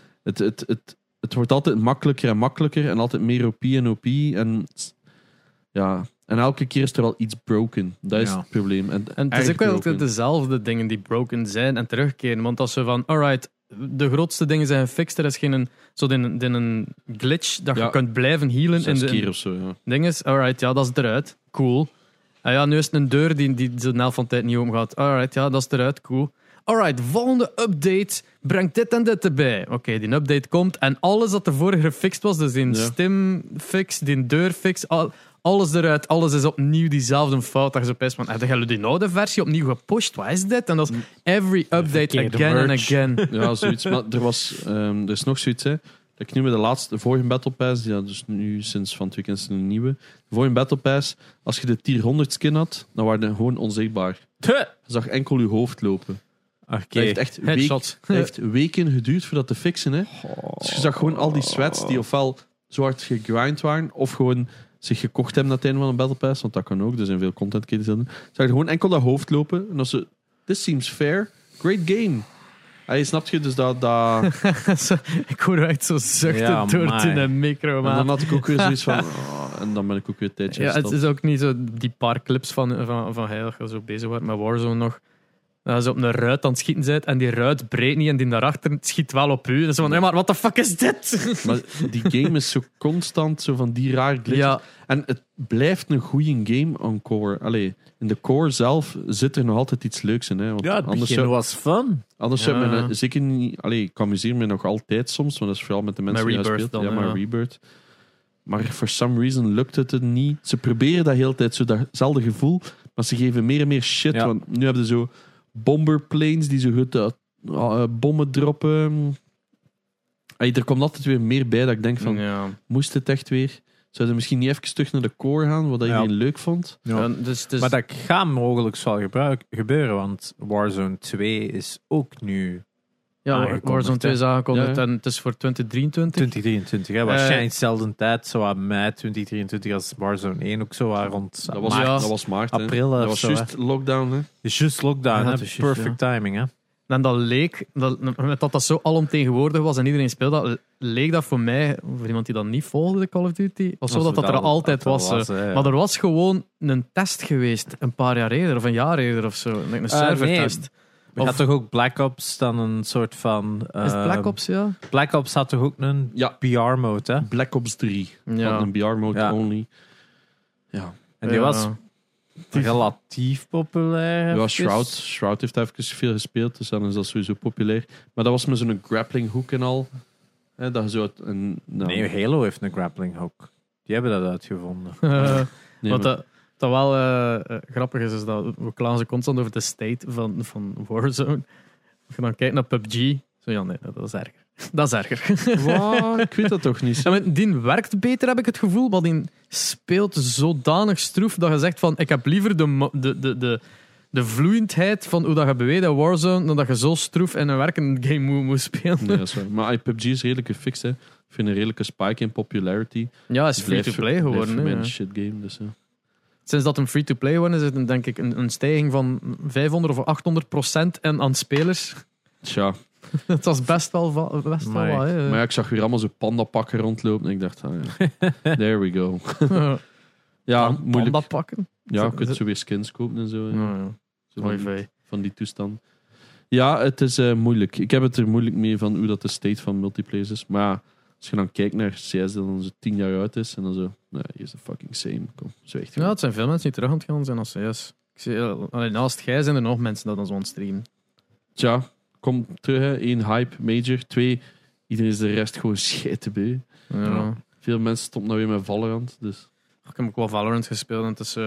het wordt altijd makkelijker en makkelijker en altijd meer OP en OP. En ja, en elke keer is er wel iets broken. Dat is Ja. het probleem. En En het is ook wel broken. altijd dezelfde dingen die broken zijn en terugkeren. Want als ze van, alright, de grootste dingen zijn gefixt, er is geen een glitch dat je Ja. kunt blijven healen. 6 in de keer of zo, ja. ding is, alright, ja, dat is eruit. Cool. Ja, nu is het een deur die de helft van de tijd niet open gaat. Alright, ja, dat is eruit. Cool. Alright, volgende update brengt dit en dit erbij. Oké, die update komt en alles dat ervoor gefixt was, dus die Ja. stim-fix, die deur-fix, alles eruit, alles is opnieuw diezelfde fout. Dat je zo pijst van, hebben jullie die oude versie opnieuw gepusht? Wat is dit? En dat is every update Verkeerde again and merch. again. Ja, zoiets. Maar er is nog zoiets, hè. Dat ik nu met de vorige Battle Pass, ja, dus nu sinds van het weekend is er een nieuwe. De vorige Battle Pass, als je de tier 100 skin had, dan waren die gewoon onzichtbaar. Je zag enkel je hoofd lopen. Oké. Dat heeft echt Headshot. heeft weken geduurd voor dat te fixen, hè. Dus je zag gewoon al die sweats die ofwel zo hard gegrind waren, of gewoon zich gekocht hebben aan het einde van een Battle Pass, want dat kan ook, er zijn veel content creators in. Zag je gewoon enkel dat hoofd lopen, en dan ze, this seems fair, great game. Hij snapt je dus dat... Ik hoor echt zo zuchten Ja, door maar. het in een micro, En man. dan had ik ook weer zoiets van... en dan ben ik ook weer een tijdje Ja, het hersteld. is ook niet zo die paar clips van Heil, dat je zo bezig wordt met Warzone nog. Dat je zo op een ruit aan het schieten bent en die ruit breekt niet en die daarachter schiet wel op u. Dus van, nee, maar what the fuck is dit? Maar die game is zo constant, zo van die raar glitches. Ja, En het blijft een goede game on core. Allee, in de core zelf zit er nog altijd iets leuks in. Hè? Want Ja, het anders begin was fun. zou Ja. men zeker niet... Allee, ik amuseer me nog altijd soms, want dat is vooral met de mensen Met die je Rebirth speelt. dan, Ja, maar ja. Rebirth. Maar for some reason lukt het niet. Ze proberen dat heel de tijd, zo datzelfde gevoel, maar ze geven meer en meer shit. Ja. Want nu hebben ze zo bomberplanes die zo goed bommen droppen. Er komt altijd weer meer bij dat ik denk van, ja. moest het echt weer? Zouden misschien niet even terug naar de core gaan, wat iedereen leuk vond? Ja, dus Maar dat gaat mogelijk wel gebeuren, want Warzone 2 is ook nu aangekondigd, Warzone 2 is aangekondigd Ja, ja. en het is voor 2023. 2023. Hè? Waarschijnlijk dezelfde tijd, zo aan mei 2023 als Warzone 1 ook zo rond Dat was, maart. Ja. dat was maart. Hè. April Dat of was zo, juist lockdown. Hè. is juist lockdown, Ja, hè? het is juist, Perfect timing, hè? En dat leek, met dat zo alomtegenwoordig was en iedereen speelde, leek dat voor mij, voor iemand die dat niet volgde, de Call of Duty, of zo, dat er altijd was. hè, ja. Maar er was gewoon een test geweest, een paar jaar eerder, of een jaar eerder of zo. Een servertest. Er gaat toch ook Black Ops dan een soort van... Is het Black Ops, ja? Black Ops had toch ook een Ja. PR-mode, hè? Black Ops 3. Ja. Van een BR-mode Ja. only. Ja. En die was relatief populair. Ja, even. Shroud heeft even veel gespeeld, dus dan is dat sowieso populair. Maar dat was met zo'n grappling hook en al. Hè, dat je zo Nee, Halo heeft een grappling hook. Die hebben dat uitgevonden. nee, Wat maar- dat wel grappig is dat we klagen ze constant over de state van Warzone. Als je dan kijkt naar PUBG, zo ja, nee, dat is erger. Dat is erger. Wow, ik weet dat toch niet. Ja, maar die werkt beter, heb ik het gevoel, maar die speelt zodanig stroef dat je zegt van, ik heb liever de vloeiendheid van hoe dat je beweegt in Warzone, dan dat je zo stroef in een werkende game moet spelen. Nee, dat is waar. Maar PUBG is redelijk gefixt. Hè. Ik vind een redelijke spike in popularity. Ja, het is free-to-play geworden. Blijft voor hè, mij ja. een shit game. Dus, ja. Sinds dat een free-to-play geworden is, is het denk ik een stijging van 500 of 800% en aan spelers. Tja. Dat was best wel wat. Amai. Hè. Maar ja, ik zag weer allemaal zo pandapakken rondlopen en ik dacht, ja. There we go. Ja, moeilijk. Panda pakken. Ja, je kunt zo weer skins kopen en zo. Ja, ja. Zo Mooi van, vee. van die toestand. Ja, het is moeilijk. Ik heb het er moeilijk mee van hoe dat de state van multiplayer is. Maar ja, als je dan kijkt naar CS dat dan zo 10 jaar uit is en dan zo, nee, hier is de fucking same. Kom, zo echt. Ja, het zijn veel mensen die terug aan het gaan zijn als CS. Ik zie, naast jij zijn er nog mensen dat dan zo aan het streamen. Tja, kom terug. Hè. 1, hype, major. 2, iedereen is de rest gewoon scheiden bij. Ja. Veel mensen stoppen nou weer met Valorant. Dus. Ik heb ook wel Valorant gespeeld en het is...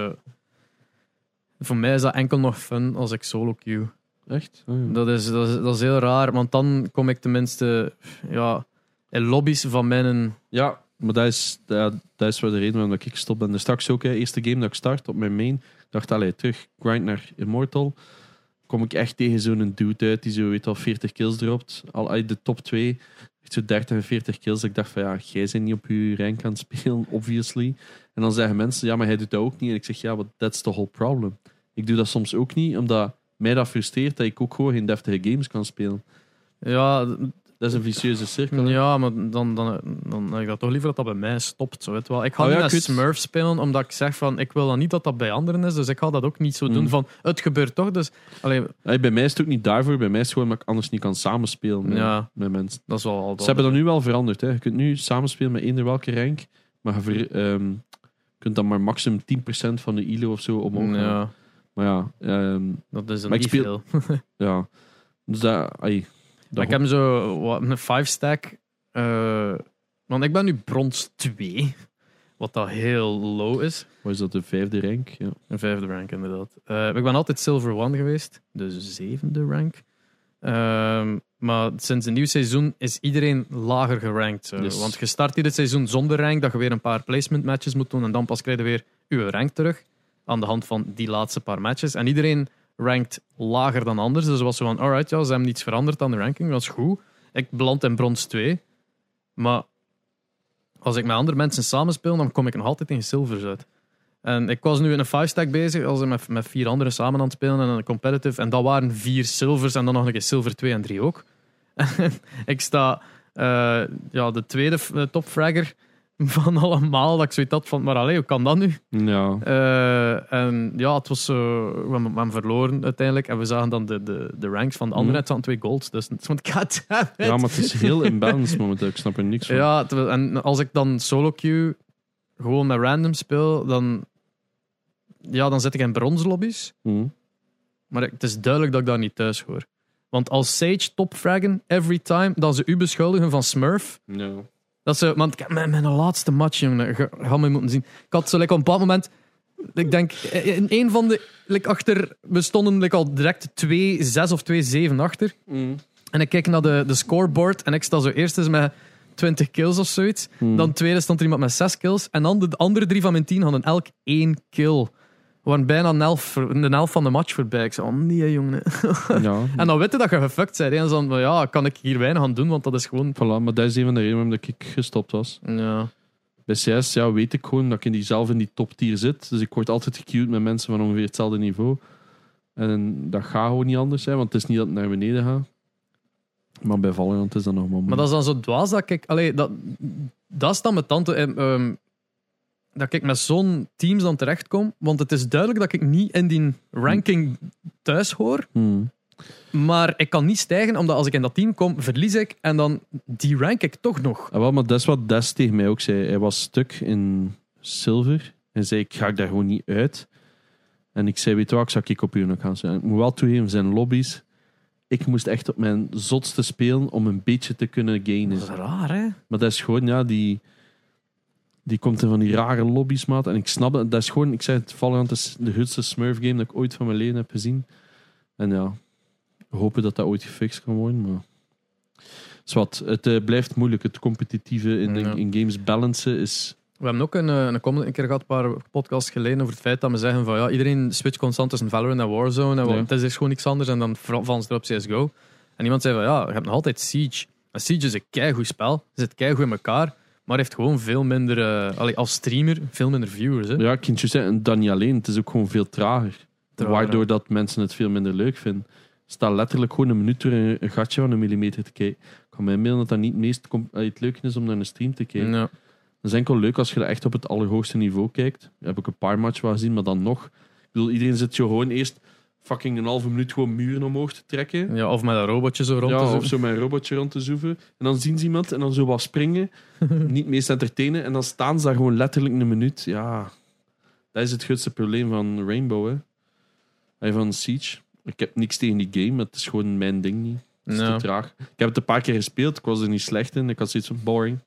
voor mij is dat enkel nog fun als ik solo queue. Echt? Oh, ja. Dat is heel raar, want dan kom ik tenminste in lobby's van mijn... Ja, maar dat is wel de reden waarom ik stop ben. Dus straks ook, hè, eerste game dat ik start op mijn main. Ik dacht, allee, terug, grind naar Immortal. Kom ik echt tegen zo'n dude uit die zo, weet al, 40 kills dropt. Al uit de top 2. Echt zo 30 en 40 kills. Ik dacht van, ja, jij bent niet op je rank aan het spelen, obviously. En dan zeggen mensen, ja, maar hij doet dat ook niet. En ik zeg, ja, but that's the whole problem. Ik doe dat soms ook niet, omdat mij dat frustreert dat ik ook gewoon geen deftige games kan spelen. Ja, Dat is een vicieuze cirkel. hè. ja, maar dan heb ik dat toch liever dat dat bij mij stopt. Zo, weet je wel. Ik ga Oh ja, niet ik met weet- Smurf spelen, omdat ik zeg van, ik wil dan niet dat dat bij anderen is, dus ik ga dat ook niet zo doen van, het gebeurt toch, dus... Allee, Hey, bij mij is het ook niet daarvoor. Bij mij is het gewoon dat ik anders niet kan samenspelen Ja. met mensen. dat is wel al... Ze hebben dat nu wel veranderd. Hè. Je kunt nu samenspelen met eender welke rank, maar je kunt dan maar maximum 10% van de ILO of zo omhoog gaan. Ja, Maar ja, dat is Maar niet ik speel- veel. ja. Dus dat, Maar ik heb zo een 5-stack. Want ik ben nu brons 2. Wat dat heel low is. Wat is dat, de 5e rank? Ja. Een 5e rank, inderdaad. Ik ben altijd Silver 1 geweest. De 7e rank. Maar sinds een nieuw seizoen is iedereen lager gerankt. Zo. Dus- Want je start hier het seizoen zonder rank. Dat je weer een paar placement matches moet doen. En dan pas krijg je weer je rank terug. Aan de hand van die laatste paar matches. En iedereen rankt lager dan anders. Dus het was zo van, alright, ja, ze hebben niets veranderd aan de ranking. Dat is goed. Ik beland in brons 2. Maar als ik met andere mensen samenspeel, dan kom ik nog altijd in silvers uit. En ik was nu in een 5-stack bezig, als ik met 4 anderen samen aan het spelen en een competitive. En dat waren 4 silvers en dan nog een keer silver 2 en 3 ook. Ik sta de tweede topfragger van allemaal. Dat ik zoiets had van, maar allee, hoe kan dat nu? Ja. En ja, het was zo... We hebben hem verloren uiteindelijk. En we zagen dan de ranks van de anderen. Het zaten 2 golds. Dus het is van, god damn it. Ja, maar het is heel imbalanced momenteel. Ik snap er niks van. Ja, en als ik dan solo queue gewoon met random speel, dan zit ik in bronslobby's. Maar het is duidelijk dat ik daar niet thuis hoor. Want als Sage topfraggen every time, dan ze u beschuldigen van smurf. Ja. Dat ze, want mijn laatste match, jongen, ga me moeten zien. Ik had zo op een bepaald moment, ik denk, in een van de, we stonden al direct 2-6 of 2-7 achter. En ik kijk naar de scoreboard en ik sta zo eerst eens met 20 kills of zoiets. Dan tweede stond er iemand met 6 kills. En dan de andere 3 van mijn team hadden elk 1 kill. We waren bijna de helft van de match voorbij. Ik zei, oh nee, jongen. Ja. En dan weet je dat je gefuckt bent. En dan ja, kan ik hier weinig aan doen, want dat is gewoon... Voilà, maar dat is een van de redenen waarom ik gestopt was. Ja. Bij CS weet ik gewoon dat ik zelf in die toptier zit. Dus ik word altijd gequeued met mensen van ongeveer hetzelfde niveau. En dat gaat gewoon niet anders zijn, want het is niet dat het naar beneden gaat. Maar bij Valorant is dat nog maar. Maar dat is dan zo dwaas dat ik... Allee, dat is dan mijn tante... dat ik met zo'n teams dan terechtkom. Want het is duidelijk dat ik niet in die ranking thuis hoor. Maar ik kan niet stijgen, omdat als ik in dat team kom, verlies ik. En dan die rank ik toch nog. Ja, wel, maar dat is wat Des tegen mij ook zei. Hij was stuk in Silver. En zei, ik ga daar gewoon niet uit. En ik zei, weet je wat, ik zou op u nog gaan zijn. Ik moet wel toegeven, zijn lobby's. Ik moest echt op mijn zotste spelen om een beetje te kunnen gainen. Dat is raar, hè? Maar dat is gewoon, ja, die komt in van die rare lobby's, maat. En ik snap het. Dat is gewoon, ik zei het, Valorant is de grootste Smurf game dat ik ooit van mijn leven heb gezien. En ja, hopen dat ooit gefixt kan worden, maar... Zwat, het blijft moeilijk. Het competitieve in games balancen is... We hebben ook een comment een keer gehad, een paar podcasts geleden, over het feit dat we zeggen van ja, iedereen switcht constant tussen Valorant en Warzone. En het is gewoon niks anders en dan vallen ze er op CSGO. En iemand zei van ja, je hebt nog altijd Siege. En Siege is een keigoed spel. Het zit keigoed in elkaar. Maar heeft gewoon veel minder, als streamer, veel minder viewers. Hè. Ja, ik kan je zeggen, en dan niet alleen. Het is ook gewoon veel trager. Waardoor dat mensen het veel minder leuk vinden. Er staat letterlijk gewoon een minuut door een gatje van 1 millimeter te kijken. Ik kan mij inbeelden dat dat niet het leuke is om naar een stream te kijken. Ja. Dat is enkel leuk als je dat echt op het allerhoogste niveau kijkt. Dat heb ik een paar matchen wel gezien, maar dan nog. Ik bedoel, iedereen zit je gewoon eerst fucking een halve minuut gewoon muren omhoog te trekken. Ja, of met een robotje zo rond te zoeven. Of zo met een robotje rond te zoeven. En dan zien ze iemand en dan zo wat springen. Niet meest entertainen. En dan staan ze daar gewoon letterlijk een minuut. Ja, dat is het grootste probleem van Rainbow, hè. Van Siege. Ik heb niks tegen die game, maar het is gewoon mijn ding niet. Het is te traag. Ik heb het een paar keer gespeeld. Ik was er niet slecht in. Ik had zoiets van boring.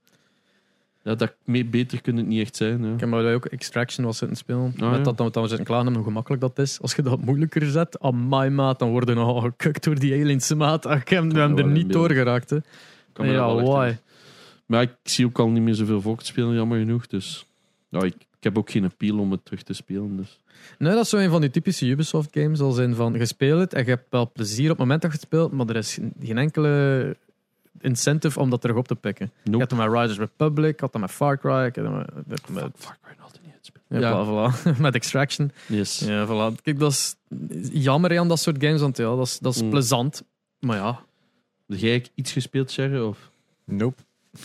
Ja, beter kan het niet echt zijn. Ja. Ik heb maar ook Extraction was zitten spelen. Ah, met dat we zitten klagen hoe gemakkelijk dat is. Als je dat moeilijker zet, amai maat, dan word je nog gekukt door die aliens, maat. We hebben er niet door geraakt. Hè. Ja, why? Maar ik zie ook al niet meer zoveel volk spelen, jammer genoeg. Dus ja, ik heb ook geen appeal om het terug te spelen. Dus. Nee, dat is zo een van die typische Ubisoft games. Als in van, je speelt het en je hebt wel plezier op het moment dat je het speelt, maar er is geen enkele incentive om dat terug op te pikken. Nope. Ik had hem met Riders Republic, ik had hem met Far Cry, ik had hem met Far Cry altijd niet uitspelen. Ja, voilà. Met Extraction. Yes. Ja, voilà. Kijk, dat is jammer aan dat soort games, want ja, dat is plezant. Maar ja. Heb jij iets gespeeld, Sherry? Of Nope.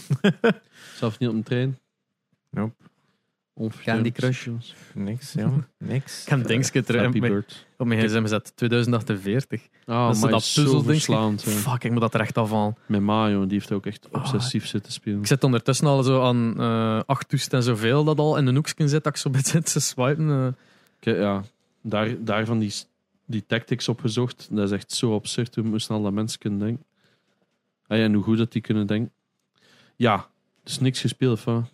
zelf niet op een trein? Nope. Candy Crush? Niks, ja. Niks. Ik heb een dingetje terug Flappy Bird. op mijn gsm gezet. 2048. Ah, dat is maar dat zo puzzelding. verslaand. Fuck, ik moet dat er echt afhalen. Mijn ma, joh, die heeft ook echt obsessief zitten spelen. Ik zit ondertussen al zo aan 8 toest en zoveel dat al in de hoekje zit dat ik zo bij zit te swipen. Ja, daarvan die tactics opgezocht. Dat is echt zo absurd hoe snel dat mensen kunnen denken. En hoe goed dat die kunnen denken. Ja, dus niks gespeeld van.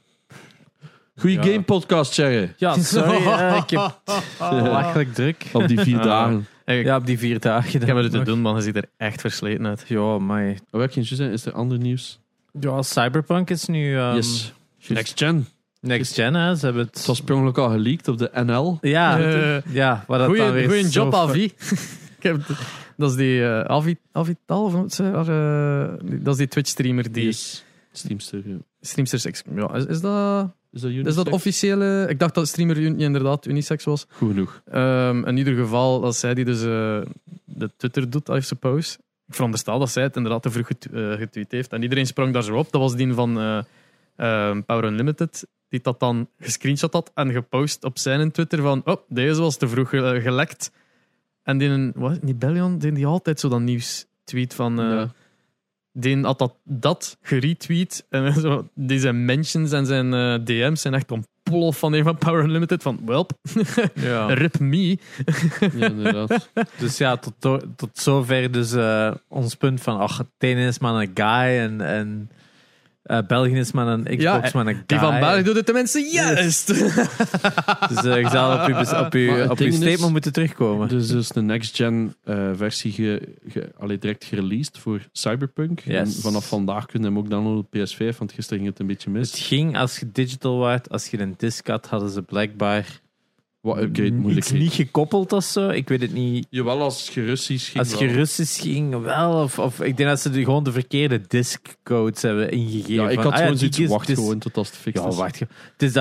Goeie game podcast, Sherry. Ja, sorry. Ik heb belachelijk druk. Op die 4 dagen. Ja, op die 4 dagen. Ik heb het te doen, man. Je ziet er echt versleten uit. Ja, maar... Wat kan je zeggen? Is er ander nieuws? Ja, Cyberpunk is nu... Yes. Next Gen. Next Gen, hè. Ze hebben Het was oorspronkelijk al geleakt op de NL. Ja, ja. Wat dat dan weer Goeie zo job, Avi. Dat is die Avital, of wat dat is die Twitch-streamer die... Yes. Steamster, ja. Streamsters, ja, is dat... Is dat unisex? Is dat officiële... Ik dacht dat streamer inderdaad unisex was. Goed genoeg. In ieder geval, dat zij die dus de Twitter doet, I suppose. Ik veronderstel dat zij het inderdaad te vroeg getweet heeft. En iedereen sprong daar zo op. Dat was die van Power Unlimited, die dat dan gescreenshot had en gepost op zijn Twitter van deze was te vroeg gelekt. En die Bellion, die altijd zo dat nieuws tweet van... Ja. Die had dat geretweet en zo, die zijn mentions en zijn DM's zijn echt ontplof van een van Power Unlimited van welp, rip me. Ja, inderdaad. Dus ja, tot zover dus ons punt van het ene is maar een guy en België is maar een Xbox maar een guy. Die van België doet het tenminste juist. Dus je zal op je statement moeten terugkomen. Dus is de next-gen versie direct gereleased voor Cyberpunk. Yes. En vanaf vandaag kun je hem ook downloaden op PS5, want gisteren ging het een beetje mis. Het ging als je digital waart, als je een disc had, hadden ze blijkbaar Wat upgrade iets moeilijkheid. niet gekoppeld of zo. Ik weet het niet. Jawel, als je Russisch ging. Als je Russisch ging, wel. Of ik denk dat ze gewoon de verkeerde disccodes hebben ingegeven. Ja, ik had gewoon zoiets, die wacht dis- gewoon tot als het fixed Ja, is. wacht. Het is dat,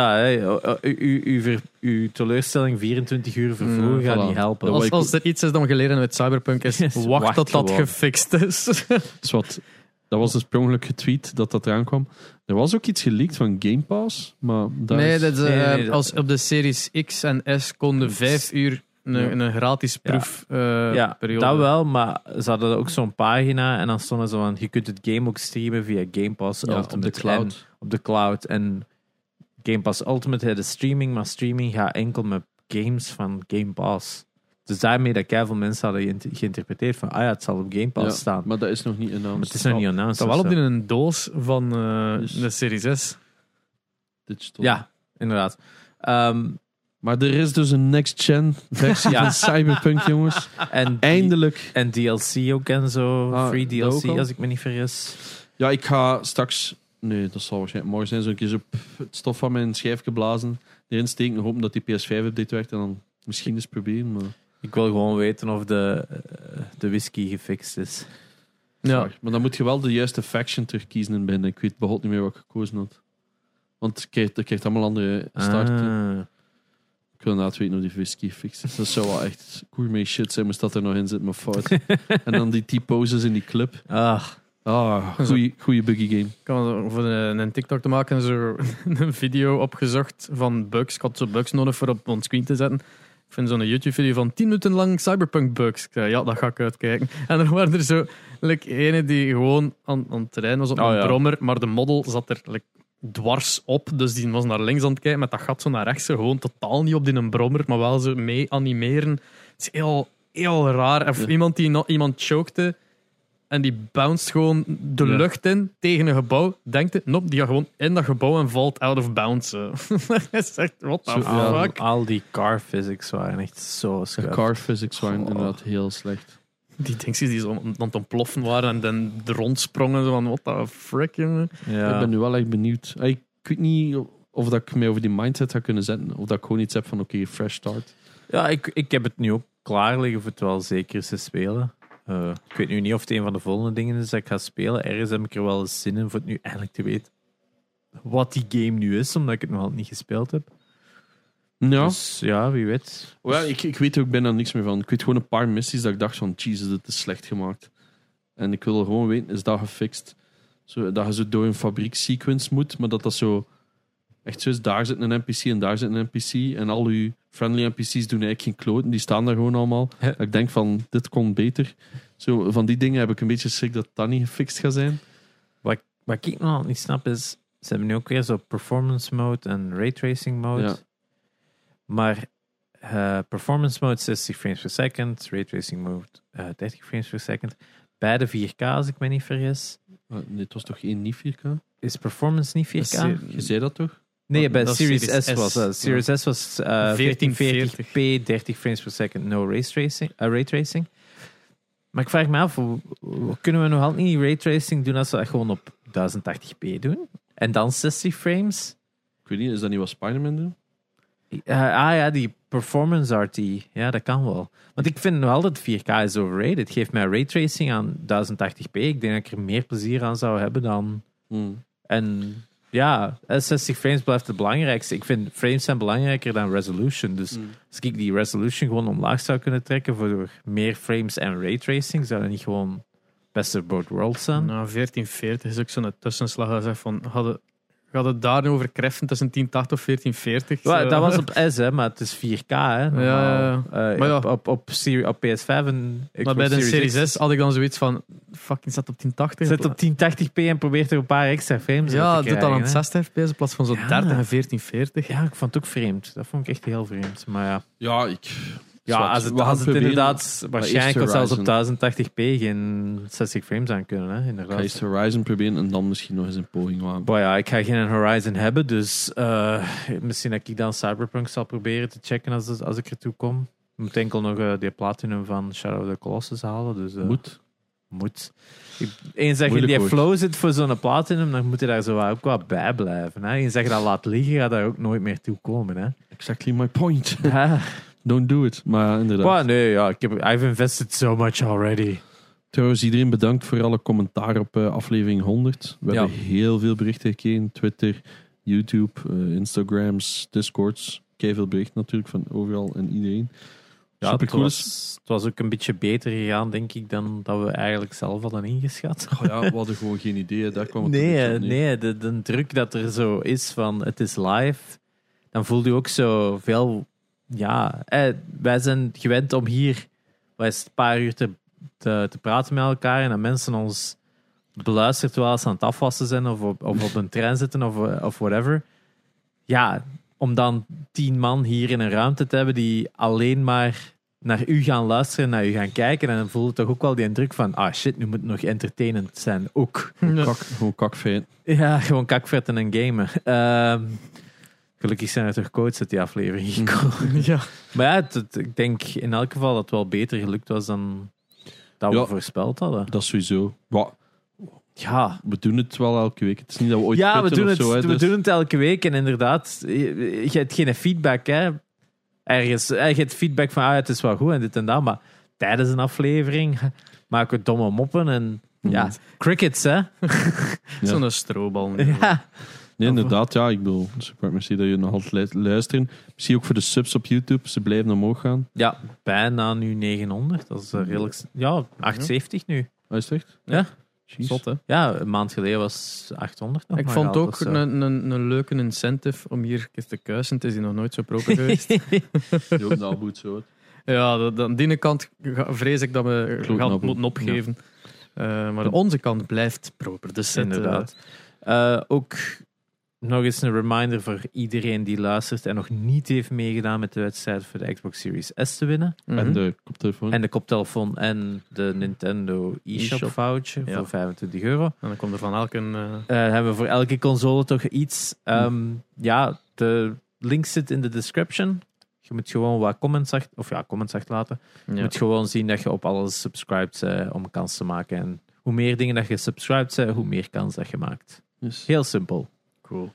hè. Uw teleurstelling 24 uur vervroegen gaat voilà. niet helpen. Dat Als er iets is dat we geleden uit Cyberpunk is, Yes, wacht wacht tot dat gewoon. gefixt is. Dus dat was oorspronkelijk getweet dat eraan kwam. Er was ook iets geleakt van Game Pass, maar daar Nee, is... dat is, Nee, dat- als op de series X en S konden 5 uur een gratis proef Ja, periode. dat wel, maar ze hadden ook zo'n pagina en dan stonden ze van, je kunt het game ook streamen via Game Pass Ja, Ultimate. op de cloud. En op de cloud. En Game Pass Ultimate heeft de streaming, maar streaming gaat enkel met games van Game Pass. Dus daarmee dat veel mensen hadden geïnterpreteerd van, het zal op Game Pass Ja, staan. maar dat is nog niet announced. Maar het is nog niet announced. Dat wel of op zo. een doos van Dus- de Series S. Digital. Ja, inderdaad. Maar er is dus een next-gen versie Ja. van Cyberpunk, jongens. En Eindelijk. En DLC ook en zo. Ah, Free dat ook DLC, al? als ik me niet vergis. Ja, ik ga straks... Nee, dat zal waarschijnlijk morgen zijn. Zo een keer zo het stof van mijn schijfje blazen. Erin steken, hopen dat die PS5-update werkt. En dan misschien eens proberen. Maar, Ik wil gewoon weten of de whisky gefixt is. Ja. maar dan moet je wel de juiste faction terugkiezen in binnen. Ik weet behoud niet meer wat ik gekozen had. Want je krijgt allemaal andere start. Ah. Ik wil inderdaad weten hoe die whisky fixt is. Dat zou wel echt gourmet shit zijn, moest dat er nog in zit, maar fout. En dan die T-poses in die club. Ach, Goeie buggy game. Ik had voor een TikTok te maken zo een video opgezocht van bugs. Ik had zo bugs nodig voor op on screen te zetten. Ik vind zo'n YouTube-video van 10 minuten lang Cyberpunk bugs. Ik zei, ja, dat ga ik uitkijken. En er waren er zo ene die gewoon aan het rijden was op een brommer, maar de model zat er dwars op. Dus die was naar links aan het kijken met dat gat zo naar rechts. Gewoon totaal niet op die brommer, maar wel zo mee animeren. Het is heel, heel raar. Of iemand die iemand chokte en die bounced gewoon de lucht in tegen een gebouw. Denkt die gaat gewoon in dat gebouw en valt out of bounds. Dat is echt, what the fuck? al die car physics waren echt zo De schuif. car physics waren inderdaad heel slecht. Die dingetjes die zo aan het ontploffen waren en dan rondsprongen. Zo van, what the frick, jongen. Ja. Ik ben nu wel echt benieuwd. Ik weet niet of dat ik mij over die mindset ga kunnen zetten. Of dat ik gewoon iets heb van, oké, fresh start. Ja, ik heb het nu ook klaar liggen voor het wel zeker is te spelen. Ik weet nu niet of het een van de volgende dingen is dat ik ga spelen. Ergens heb ik er wel eens zin in voor het nu eindelijk te weten wat die game nu is, omdat ik het nog altijd niet gespeeld heb. Ja. Dus ja, wie weet. Ja, ik weet er ook bijna niks meer van. Ik weet gewoon een paar missies dat ik dacht van, Jesus, dit is slecht gemaakt. En ik wil gewoon weten, is dat gefixt? Zo, dat je zo door een fabrieksequence moet, maar dat zo echt zo is, daar zit een NPC en daar zit een NPC en al uw friendly NPC's doen eigenlijk geen kloten, die staan daar gewoon allemaal. Ja. Dat ik denk van, dit kon beter. Zo, van die dingen heb ik een beetje schrik dat dat niet gefixt gaat zijn. Wat ik nog niet snap is, ze hebben nu ook weer zo performance mode en raytracing mode. Ja. Maar performance mode 60 frames per second, raytracing mode 30 frames per second. Beide 4K als ik me niet vergis. Nee, het was toch niet 4K? Is performance niet 4K? Je zei dat toch? Nee, bij Dat is Series Series S was dat. S. Series S was 1440p, 30 frames per second, no raytracing. Maar ik vraag me af, kunnen we nog altijd niet raytracing doen als we dat gewoon op 1080p doen? En dan 60 frames? Ik weet niet, is dat niet wat Spider-Man doet? Ja, die performance RT. Ja, dat kan wel. Want ik vind nog altijd 4K is overrated. Geef mij raytracing aan 1080p. Ik denk dat ik er meer plezier aan zou hebben dan... En ja, 60 frames blijft het belangrijkste. Ik vind frames zijn belangrijker dan resolution. Dus als ik die resolution gewoon omlaag zou kunnen trekken voor meer frames en raytracing, zou dat niet gewoon best of both worlds zijn? Nou, 1440 is ook zo'n tussenslag. Dat zegt van, hadden gaat het daarover kreffen tussen 1080 of 1440. Well, dat was op S, hè, maar het is 4K. Hè, normaal. Ja. Maar ja. Op PS5 en Xbox Maar bij de Series X S had ik dan zoiets van, fucking zet op 1080. zit op 1080p en probeert er een paar extra frames Ja, uit te doe dan aan krijgen, 60 fps in plaats van zo Ja. 30 en 1440. Ja, ik vond het ook vreemd. Dat vond ik echt heel vreemd. Maar ja, Ja, als het proberen. inderdaad waarschijnlijk eerst zelfs op Horizon. 1080p geen 60 frames aan kunnen. Hè, Ik ga inderdaad. eerst Horizon proberen en dan misschien nog eens een poging wagen. Boy, ja, ik ga geen Horizon hebben, dus misschien dat ik dan Cyberpunk zal proberen te checken als ik ertoe kom. Ik moet enkel nog die platinum van Shadow of the Colossus halen. Dus, moet. Eens dat je in Moeilijk die ooit. flow zit voor zo'n platinum, dan moet je daar zo ook wat bij blijven. Hè. Eens dat je dat laat liggen, gaat daar ook nooit meer toe komen. Hè. Exactly my point. Ja. Don't do it. Maar ja, inderdaad. Well, nee, ja, I've invested so much already. Trouwens, iedereen bedankt voor alle commentaar op aflevering 100. We hebben heel veel berichten gekregen. Twitter, YouTube, Instagrams, Discords. Veel berichten natuurlijk van overal en iedereen. Ja, Supercool. het was ook een beetje beter gegaan, denk ik, dan dat we eigenlijk zelf hadden ingeschat. Oh ja, we hadden gewoon geen idee. Daar kwam het een Nee, beetje op neer. de druk dat er zo is van het is live, dan voel je ook zo veel. Ja, wij zijn gewend om hier een paar uur te praten met elkaar en dat mensen ons beluisteren terwijl ze aan het afwassen zijn of op een trein zitten of whatever. Ja, om dan 10 man hier in een ruimte te hebben die alleen maar naar u gaan luisteren, naar u gaan kijken, en dan voel je toch ook wel die druk van shit, nu moet het nog entertainend zijn ook. Gewoon kakfeit. Ja, gewoon kakvetten en gamen. Gelukkig zijn er toch coaches uit die aflevering gekomen. Ja. Maar ja, ik denk in elk geval dat het wel beter gelukt was dan dat we voorspeld hadden. Dat is sowieso. Maar Ja, we doen het wel elke week. Het is niet dat we ooit ja we putten doen of zo. Hè, we dus- doen het elke week en inderdaad, je hebt geen feedback. Hè. Ergens, je hebt feedback van het is wel goed en dit en dat, maar tijdens een aflevering maken we domme moppen en ja, crickets, hè. Ja. Zo'n strobal. Ja. Nee, inderdaad. Ja, ik bedoel, super merci dat je nog altijd luisteren. Misschien ook voor de subs op YouTube. Ze blijven omhoog gaan. Ja, bijna nu 900. Dat is redelijk... Ja, 870 nu. Is het echt? Ja. Jeez. Zot, hè? Ja, een maand geleden was 800 nog Ik maar vond gehaald ook of zo. een leuke incentive om hier eens te kuisen. Het is hier nog nooit zo proper geweest. Die ook nalboet zo. Ja, aan die ene kant vrees ik dat we Kloot geld naboe. moeten opgeven. Maar onze kant blijft proper. Dus Inderdaad. Ook nog eens een reminder voor iedereen die luistert en nog niet heeft meegedaan met de wedstrijd voor de Xbox Series S te winnen. En de koptelefoon. En de koptelefoon en de Nintendo eShop eShop. voucher Ja. voor €25. En dan komt er van elke... Hebben we voor elke console toch iets. Ja, de link zit in de description. Je moet gewoon wat comments achterlaten. Je ja. moet gewoon zien dat je op alles subscribed bent om kans te maken. En hoe meer dingen dat je subscribed bent, hoe meer kans dat je maakt. Yes. Heel simpel. Cool.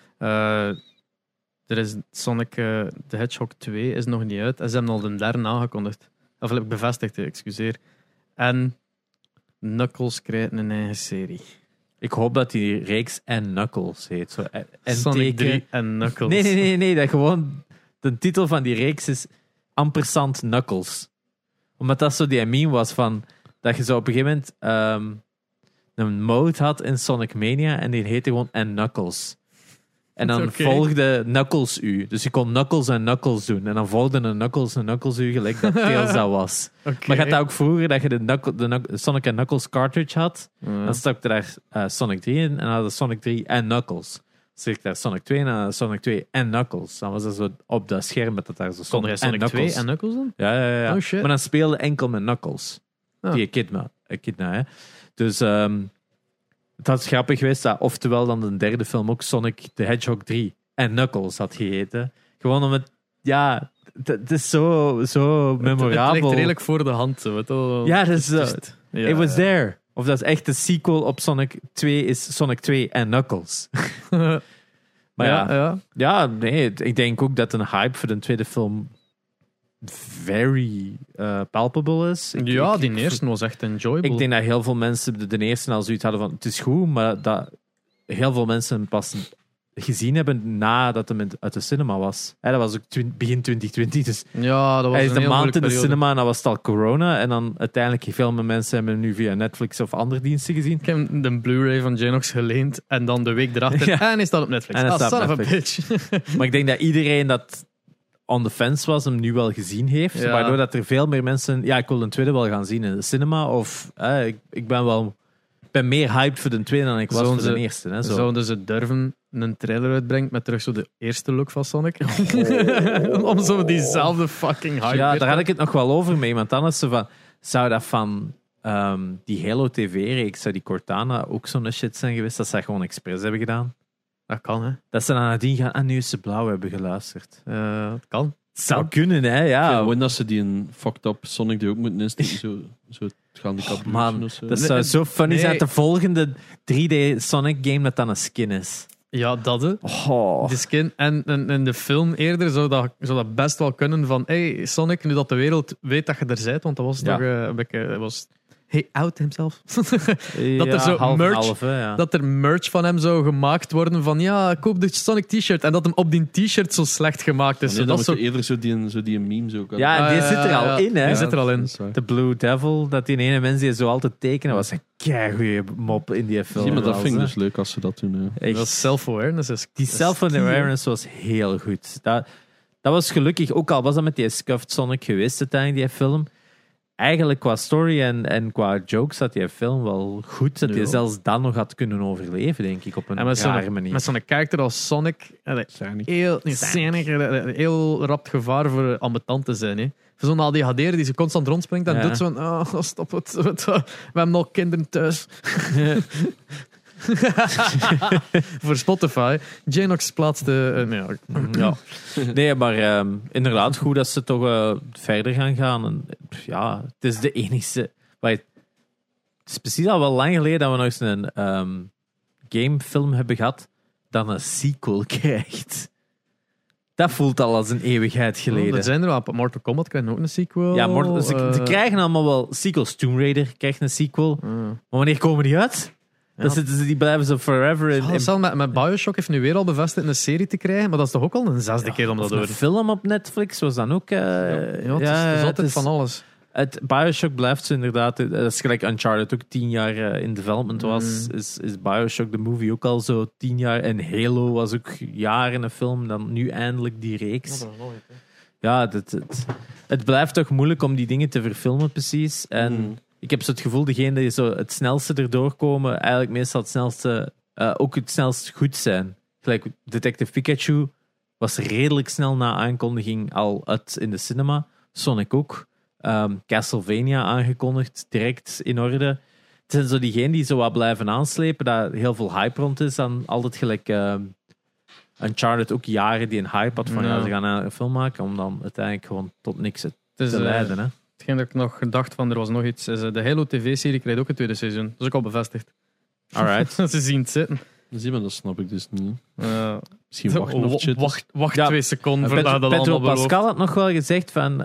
Er is Sonic the Hedgehog 2 is nog niet uit. En ze hebben al de derde aangekondigd. Of heb ik bevestigd, excuseer. En Knuckles krijgt een eigen serie. Ik hoop dat die reeks en Knuckles heet. Zo, en Sonic teken- 3 en Knuckles. Nee. Dat gewoon... De titel van die reeks is ampersand Knuckles. Omdat dat zo die meme was van... Dat je zo op een gegeven moment een mode had in Sonic Mania en die heette gewoon en Knuckles. En dan Oké. volgde Knuckles u. Dus je kon Knuckles en Knuckles doen. En dan volgde een Knuckles u gelijk dat Tails dat was. Oké. Maar je had dat ook vroeger dat je de Sonic en Knuckles cartridge had. Ja. Dan stak er daar Sonic 3 in en dan had je Sonic 3 en Knuckles. Dan stak daar Sonic 2 en dan had je Sonic 2 en Knuckles. Dan was dat zo op dat scherm met dat daar zo Kon Sonic, jij Sonic en 2 Knuckles. en Knuckles dan? Ja. Oh, shit. Maar dan speelde enkel met Knuckles. Ah. Die Echidna, hè. Dus het had grappig geweest dat oftewel dan de derde film ook Sonic the Hedgehog 3 en Knuckles had geheten. Gewoon om het... Ja, het is zo memorabel. Het ligt redelijk voor de hand. Zo. Ja, dus Ja. it was there. Of dat is echt de sequel op Sonic 2 is Sonic 2 en Knuckles. Maar ja, nee, ik denk ook dat een hype voor de tweede film very palpable is. Die eerste was echt enjoyable. Ik denk dat heel veel mensen de eerste al zoiets hadden van het is goed, maar dat heel veel mensen pas gezien hebben nadat hem uit de cinema was. Dat was ook begin 2020, dus Ja, dat was hij is een de heel maand in de moeilijke periode. cinema en dan was het al corona. En dan uiteindelijk veel meer mensen hebben hem nu via Netflix of andere diensten gezien. Ik heb de Blu-ray van Genox geleend en dan de week erachter. Ja. En hij staat op Netflix. En hij staat son op of a Netflix. bitch. Maar ik denk dat iedereen dat on the fence was, hem nu wel gezien heeft. Ja. Waardoor dat er veel meer mensen... Ja, ik wil de tweede wel gaan zien in de cinema. Of ik ben meer hyped voor de tweede dan ik was Zouden voor de ze- eerste. Hè, zo. Zouden ze durven een trailer uitbrengen met terug zo de eerste look van Sonic? Om zo diezelfde fucking hype Ja, weer daar te- had ik het nog wel over mee. Want dan is ze van... Zou dat van die Halo TV-reeks, zou die Cortana ook zo'n shit zijn geweest? Dat ze dat gewoon expres hebben gedaan? Dat kan, hè. Dat ze dan nadien gaan... Ah, nu is ze blauw hebben geluisterd. Het kan. Het zou kunnen, hè? Ja. Gewoon dat ze die een fucked up Sonic die ook moeten insteken. Zo het gehandicapt Man, of zo. dat zou zo funny Nee. zijn. De volgende 3D Sonic game dat dan een skin is. Ja, dat hè. Oh. De skin en de film eerder zou dat best wel kunnen van hey Sonic, nu dat de wereld weet dat je er bent, want dat was Ja. toch een beetje... Was, hij out himself. Ja, er zo half en merch- half, hè, ja. Dat er merch van hem zou gemaakt worden van ja, koop de Sonic t-shirt. En dat hem op die t-shirt zo slecht gemaakt is. Nee, Zo, dat dat moet zo... je eerder zo die meme zo kan. Ja, en die zit er al in, hè. Die zit er al in. dat is waar. De Blue Devil, dat die ene mens die zo altijd tekenen, was een keigoeie mop in die film. Zie, maar dat was, vind ik hè. dus leuk als ze dat doen. Ja. Echt. Dat is self-awareness. Die self-awareness was heel goed. Dat was gelukkig, ook al was dat met die Scuffed Sonic geweest uiteindelijk, die film. Eigenlijk qua story en qua jokes had die film wel goed. Dat Ja. je zelfs dan nog had kunnen overleven, denk ik, op een En met rare zo'n, manier. met zo'n karakter als Sonic, heel rap gevaar voor ambetant te zijn. Hè. Voor zo'n ADHD'er die zo constant rondspringt en Ja. doet zo van, stop het. We hebben nog kinderen thuis. Voor Spotify. Janox plaatste... Ja. Nee, maar inderdaad, goed dat ze toch verder gaan gaan. En, ja, het is de enige... Het is precies al wel lang geleden dat we nog eens een gamefilm hebben gehad dat een sequel krijgt. Dat voelt al als een eeuwigheid geleden. Er zijn er wel. Mortal Kombat krijgt ook een sequel. Ja, ze krijgen allemaal wel sequels. Tomb Raider krijgt een sequel. Maar wanneer komen die uit? Ja. Die blijven zo forever in... Met Bioshock heeft nu weer al bevestigd een serie te krijgen, maar dat is toch ook al een zesde keer om dat Of door. een film op Netflix was dan ook... Het is altijd van alles. Het Bioshock blijft zo inderdaad... Dat is gelijk Uncharted ook 10 jaar in development was. Is Bioshock de movie ook al zo 10 jaar. En Halo was ook jaren een film. Dan nu eindelijk die reeks. Ja, het blijft toch moeilijk om die dingen te verfilmen precies. En ik heb zo het gevoel, degene die zo het snelste erdoor komen, eigenlijk meestal het snelste... ook het snelst goed zijn. Gelijk Detective Pikachu was redelijk snel na aankondiging al uit in de cinema. Sonic ook. Castlevania aangekondigd, direct in orde. Het zijn zo diegenen die zo wat blijven aanslepen, dat heel veel hype rond is. Dan altijd gelijk Uncharted ook jaren die een hype had van Ja. ze gaan een film maken, om dan uiteindelijk gewoon tot niks Het is, te leiden. Hè. hetgeen dat ik nog gedacht van, er was nog iets. Is, de Halo TV-serie krijgt ook een tweede seizoen. Dat is ook al bevestigd. Alright. Ze zien het zitten. Zie maar, dat snap ik dus niet. Misschien Zo, wachten of shit. wacht Ja, 2 seconden voordat dat Pedro allemaal belooft. Pascal had nog wel gezegd van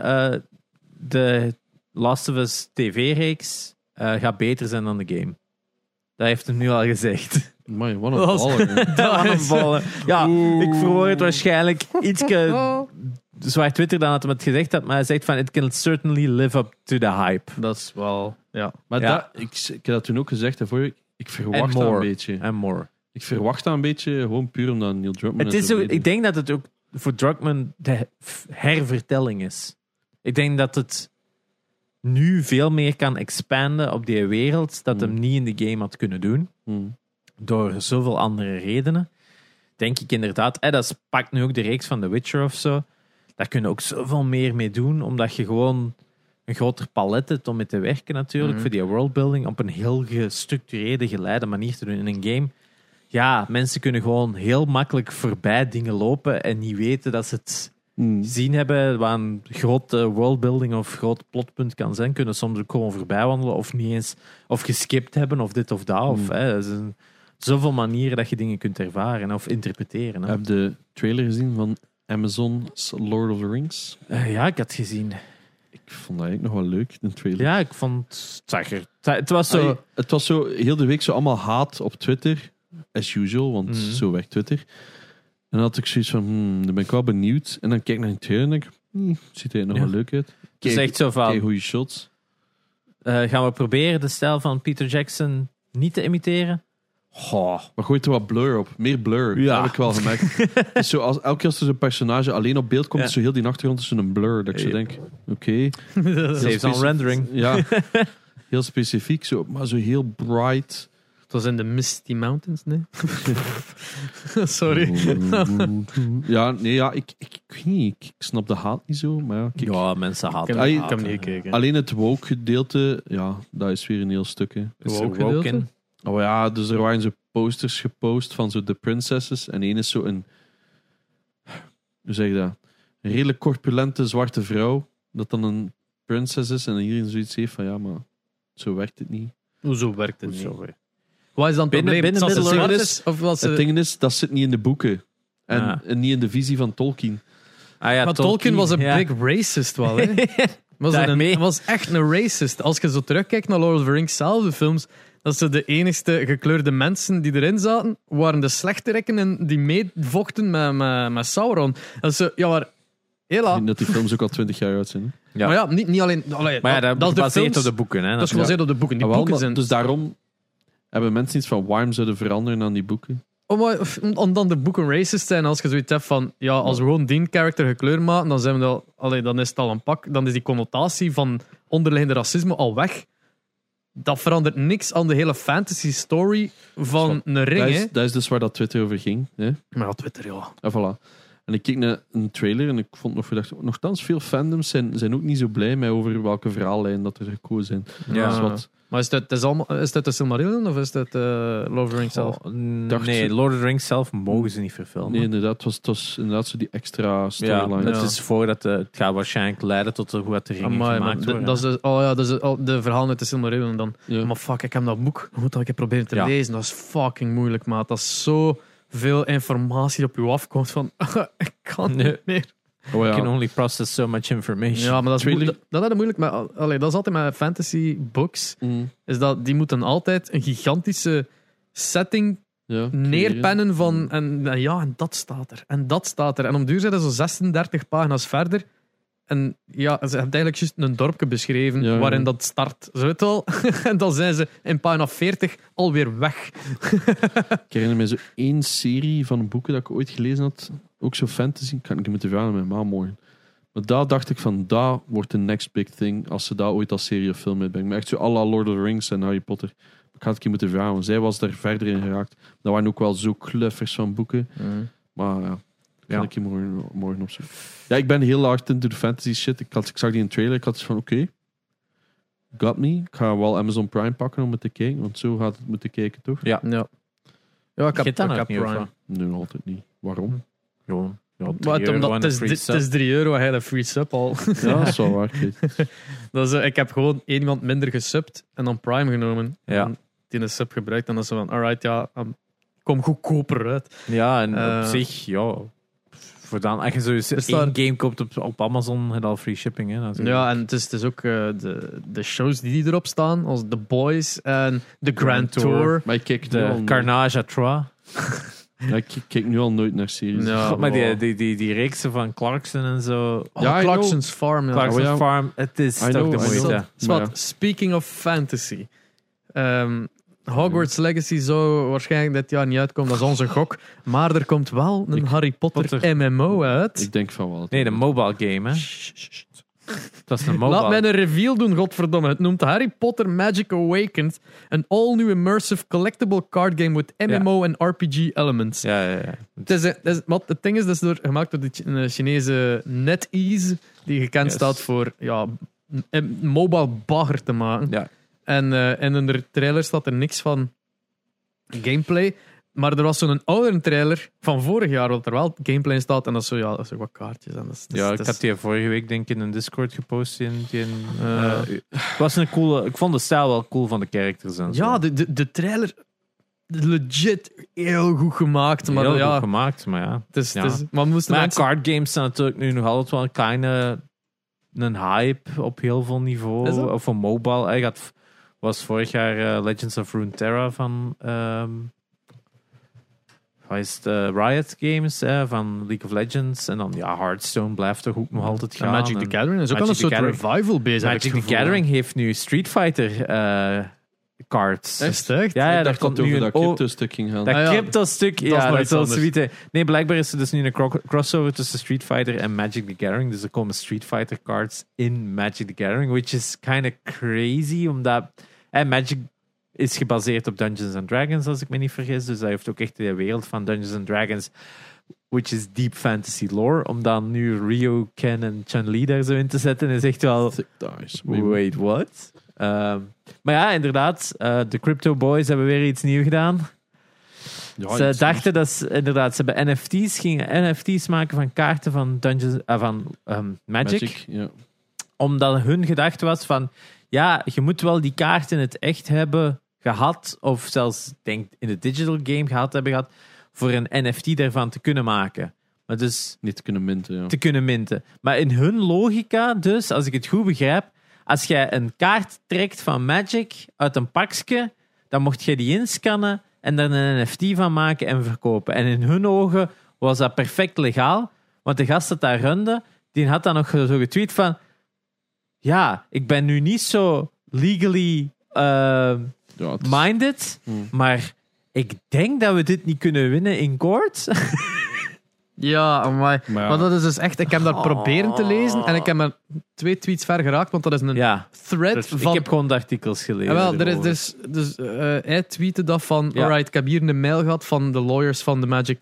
de Last of Us TV-reeks gaat beter zijn dan de game. Dat heeft hem nu al gezegd. Amai, wat Dat een was- baller. hè. Dat was een ballen. Ja, ik verwoord het waarschijnlijk ietske zwart-witter dan dat hij het gezegd had, maar hij zegt van it can certainly live up to the hype. Dat is wel... Ja. Maar Ja. ik heb dat toen ook gezegd. Hè, voor je. Ik verwacht And dat een more. beetje. And more. Ik verwacht dat een beetje gewoon puur omdat Neil Druckmann Het is zo ook, deed. ik denk dat het ook voor Druckmann de hervertelling is. Ik denk dat het nu veel meer kan expanden op die wereld dat hem niet in de game had kunnen doen. Door zoveel andere redenen. Denk ik inderdaad. Dat pakt nu ook de reeks van The Witcher of zo. Daar kun je ook zoveel meer mee doen, omdat je gewoon een groter palet hebt om mee te werken natuurlijk. Voor die worldbuilding op een heel gestructureerde, geleide manier te doen in een game. Ja, mensen kunnen gewoon heel makkelijk voorbij dingen lopen en niet weten dat ze het gezien hebben. Wat een grote worldbuilding of groot plotpunt kan zijn. Kunnen soms ook gewoon voorbij wandelen of niet eens of geskipt hebben of dit of dat. Of, er zijn zoveel manieren dat je dingen kunt ervaren of interpreteren. Hè. Heb je de trailer gezien van Amazon's Lord of the Rings? Ja, ik had gezien. Ik vond dat eigenlijk nog wel leuk, de trailer. Ja, ik vond het zag er. Het was zo. Het was zo heel de week zo allemaal haat op Twitter. As usual, want zo werkt Twitter. dan had ik zoiets van, dan ben ik wel benieuwd. En dan kijk ik naar een trailer en denk ik, ziet er nog wel leuk uit. Het is echt zo van, goede shots. gaan we proberen de stijl van Peter Jackson niet te imiteren? Goh. Maar gooit er wat blur op. Meer blur. Ja. Dat heb ik wel gemerkt. Dus zo elke keer als er zo'n personage alleen op beeld komt, is zo heel die achtergrond is zo'n blur. Dat ik zo denk, oké. Saves on rendering. Ja. Heel specifiek, zo, maar zo heel bright. Het was in de Misty Mountains, nee? Sorry. Ik weet niet. Ik snap de haat niet zo, maar ja. Kijk. Ja, mensen haten. Ik heb hem niet gekeken. Alleen het woke gedeelte, ja, dat is weer een heel stuk. Hè. Is er Woke woke gedeelte? in? Oh ja, dus er waren zo posters gepost van zo de princesses. En één is zo een, hoe zeg je dat? Een redelijk corpulente zwarte vrouw. Dat dan een princess is. En iedereen zoiets heeft van, ja, maar zo werkt het niet. Hoezo werkt het niet? Hoezo weer? Wat is dan het Binnen probleem? Dat ze Middle-earth zwart is- is? Of was Het ze... ding is, dat zit niet in de boeken. En, Ah. en niet in de visie van Tolkien. Ah, ja, Maar Tolkien was een ja. big racist wel, hè? Daarmee. Was echt een racist. Als je zo terugkijkt naar Lord of the Rings zelf, de films, dat ze de enigste gekleurde mensen die erin zaten, waren de slechterikken en die meevochten met Sauron. Dat ze, ja, maar... Ik Hela. denk dat die films ook al 20 jaar oud zijn. Hè? Ja. Maar ja, niet alleen... Allee, Maar ja, dat is is de gebaseerd films, op de boeken. Hè, dat is gebaseerd op de boeken. Die Ah, wel, boeken maar- zijn... Dus daarom hebben mensen iets van waarom zouden veranderen aan die boeken. Om dan de boeken racist zijn, als je zoiets hebt van, ja, als we gewoon die character gekleurd maken, dan, zijn we al, dan is het al een pak. Dan is die connotatie van onderliggende racisme al weg. Dat verandert niks aan de hele fantasy story van een ring, hè. Dat is dus waar dat Twitter over ging. Hè? Maar ja, Twitter, ja. En voilà. En ik keek naar een trailer en ik vond nog verdacht. Nogthans, veel fandoms zijn ook niet zo blij met over welke verhaallijn dat er gekozen zijn. Ja. Dat is wat, Maar is dat de Silmarillion of is dat Lord of the Rings zelf? Dacht Nee, ze- Lord of the Rings zelf mogen ze niet verfilmen. nee, inderdaad, het was inderdaad zo die extra storyline. Ja, Ja. het is voordat het gaat waarschijnlijk leiden tot hoe het de ringen Amai, maar gemaakt worden. dat is de verhaal uit de Silmarillion dan. Ja. Maar fuck, ik heb dat boek. Hoe moet dat ik proberen te Ja. lezen? Dat is fucking moeilijk, maat. Dat is zo veel informatie op je afkomt van ik kan Nee. niet meer. Oh, You can ja. only process so much information. Ja, maar dat is, Trailer- dat is moeilijk. Maar dat is altijd met fantasy books. Mm, Is dat die moeten altijd een gigantische setting ja, neerpennen van en dat staat er. En dat staat er. En om duur zijn ze zo 36 pagina's verder. En ja, ze hebben eigenlijk juist een dorpje beschreven Ja, ja. waarin dat start. Zo het al. En dan zijn ze in pagina 40 alweer weg. Ik herinner me zo één serie van boeken dat ik ooit gelezen had. Ook zo fantasy. Ik kan het moeten vragen met mijn ma morgen. Maar daar dacht ik van, dat wordt de next big thing als ze daar ooit als serie of film uitbrengen. Maar echt zo à la Lord of the Rings en Harry Potter. Ik had het een keer moeten vragen, want zij was daar verder in geraakt. Dat waren ook wel zo kluffers van boeken. Maar ja, kan ik je morgen opzoeken. Ja, ik ben heel hard into de fantasy shit. Ik zag die in een trailer. Ik had dus van, oké, got me. Ik ga wel Amazon Prime pakken om het te kijken. Want zo gaat het moeten kijken, toch? Ja. Ja, ja ik heb, Geet dan ik ook heb niet Prime. over. Nee, altijd niet. Waarom? Gewoon. Ja, Maar €3 omdat en het een is, free het sub. is €3 en hij de free sub al. Ja, dat is wel waar. Kijk. Dat is, ik heb gewoon één iemand minder gesubt en dan Prime genomen. Ja. En die een sub gebruikt en dan is ze van, alright, ja, kom goedkoper uit. Ja, en Eh, op zich, ja. Voor dan, als je sowieso Er staat- één game koopt op Amazon, heb je al free shipping. Hè, natuurlijk. Ja, en het is ook de shows die erop staan, als The Boys en The Grand Tour. Maar ik kijk nu al De nooit- Carnage à Trois. Ja, ik kijk nu al nooit naar series. Ja, maar wow. die reeksen van Clarkson en zo. Oh, Ja, I Clarkson's Farm. Ja. Clarkson Oh, ja. Farm, het is I toch know, de I moeite. know. Zwat, Maar ja. speaking of fantasy. Hogwarts Legacy zou waarschijnlijk dit jaar niet uitkomen, dat is onze gok. Maar er komt wel een Harry Potter MMO uit. Ik denk van wel. Nee, de mobile game, hè. Dat is een mobile. Laat mij een reveal doen, godverdomme. Het noemt Harry Potter Magic Awakened. An all-new immersive collectible card game with MMO en RPG elements. Ja. Maar het ding is, dat is gemaakt door de Chinese NetEase, die gekend Yes. staat voor mobile bagger te maken. Ja. En in de trailer staat er niks van gameplay. Maar er was zo'n oudere trailer van vorig jaar, wat er wel gameplay in staat. En dat is zo, ja, dat is ook wat kaartjes. En dat is, Ja, ik had die vorige week denk ik in een Discord gepost. Het was een coole... Ik vond de stijl wel cool van de characters en zo. ja, de trailer legit heel goed gemaakt. Maar heel ja, goed gemaakt, maar ja. het is, maar moesten Maar mensen... card games zijn natuurlijk nu nog altijd wel een kleine een hype op heel veel Is niveau. dat? Of voor mobile. Hij was vorig jaar Legends of Runeterra van wat is het, Riot Games van League of Legends. En dan Hearthstone blijft toch ook nog altijd gaan. En Magic the Gathering is ook al een Magic soort the Gathering. revival bezig. heb ik Magic het the gevoel. Gathering heeft nu Street Fighter cards. Is het echt? Ja, ik daar dacht komt dat nu over een dat crypto-stuk ging gaan. Dat Ah, ja. crypto-stuk, is ja, nog dat iets zal anders. zoiets. Nee, blijkbaar is er dus nu een crossover tussen Street Fighter en Magic the Gathering. Dus er komen Street Fighter cards in Magic the Gathering, which is kind of crazy, omdat Magic is gebaseerd op Dungeons and Dragons, als ik me niet vergis. Dus dat heeft ook echt de wereld van Dungeons and Dragons, which is deep fantasy lore. Om dan nu Ryu, Ken en Chun-Li daar zo in te zetten, is echt wel... Thick dice. Wait, what? Maar ja, inderdaad, de Crypto Boys hebben weer iets nieuws gedaan. Ja, Ze iets dachten dat ze inderdaad, ze hebben gingen NFT's maken van kaarten van Magic. Ja. Omdat hun gedachte was van, ja, je moet wel die kaart in het echt hebben gehad, of zelfs denk in de digital game hebben gehad, voor een NFT daarvan te kunnen maken. Maar dus Niet te kunnen minten, ja. te kunnen minten. Maar in hun logica dus, als ik het goed begrijp, als jij een kaart trekt van Magic uit een pakje, dan mocht jij die inscannen en daar een NFT van maken en verkopen. En in hun ogen was dat perfect legaal, want de gast dat daar runde, die had dan nog zo getweet van, ja, ik ben nu niet zo legally Ja, het is- minded, maar ik denk dat we dit niet kunnen winnen in court. Ja, maar Maar ja. dat is dus echt... Ik heb daar proberen te lezen en ik heb maar 2 tweets ver geraakt, want dat is een Ja, thread dus van... ik heb gewoon de artikels gelezen. Jawel, er erover. is hij tweette dat van... Ja. Alright, ik heb hier een mail gehad van de lawyers van de Magic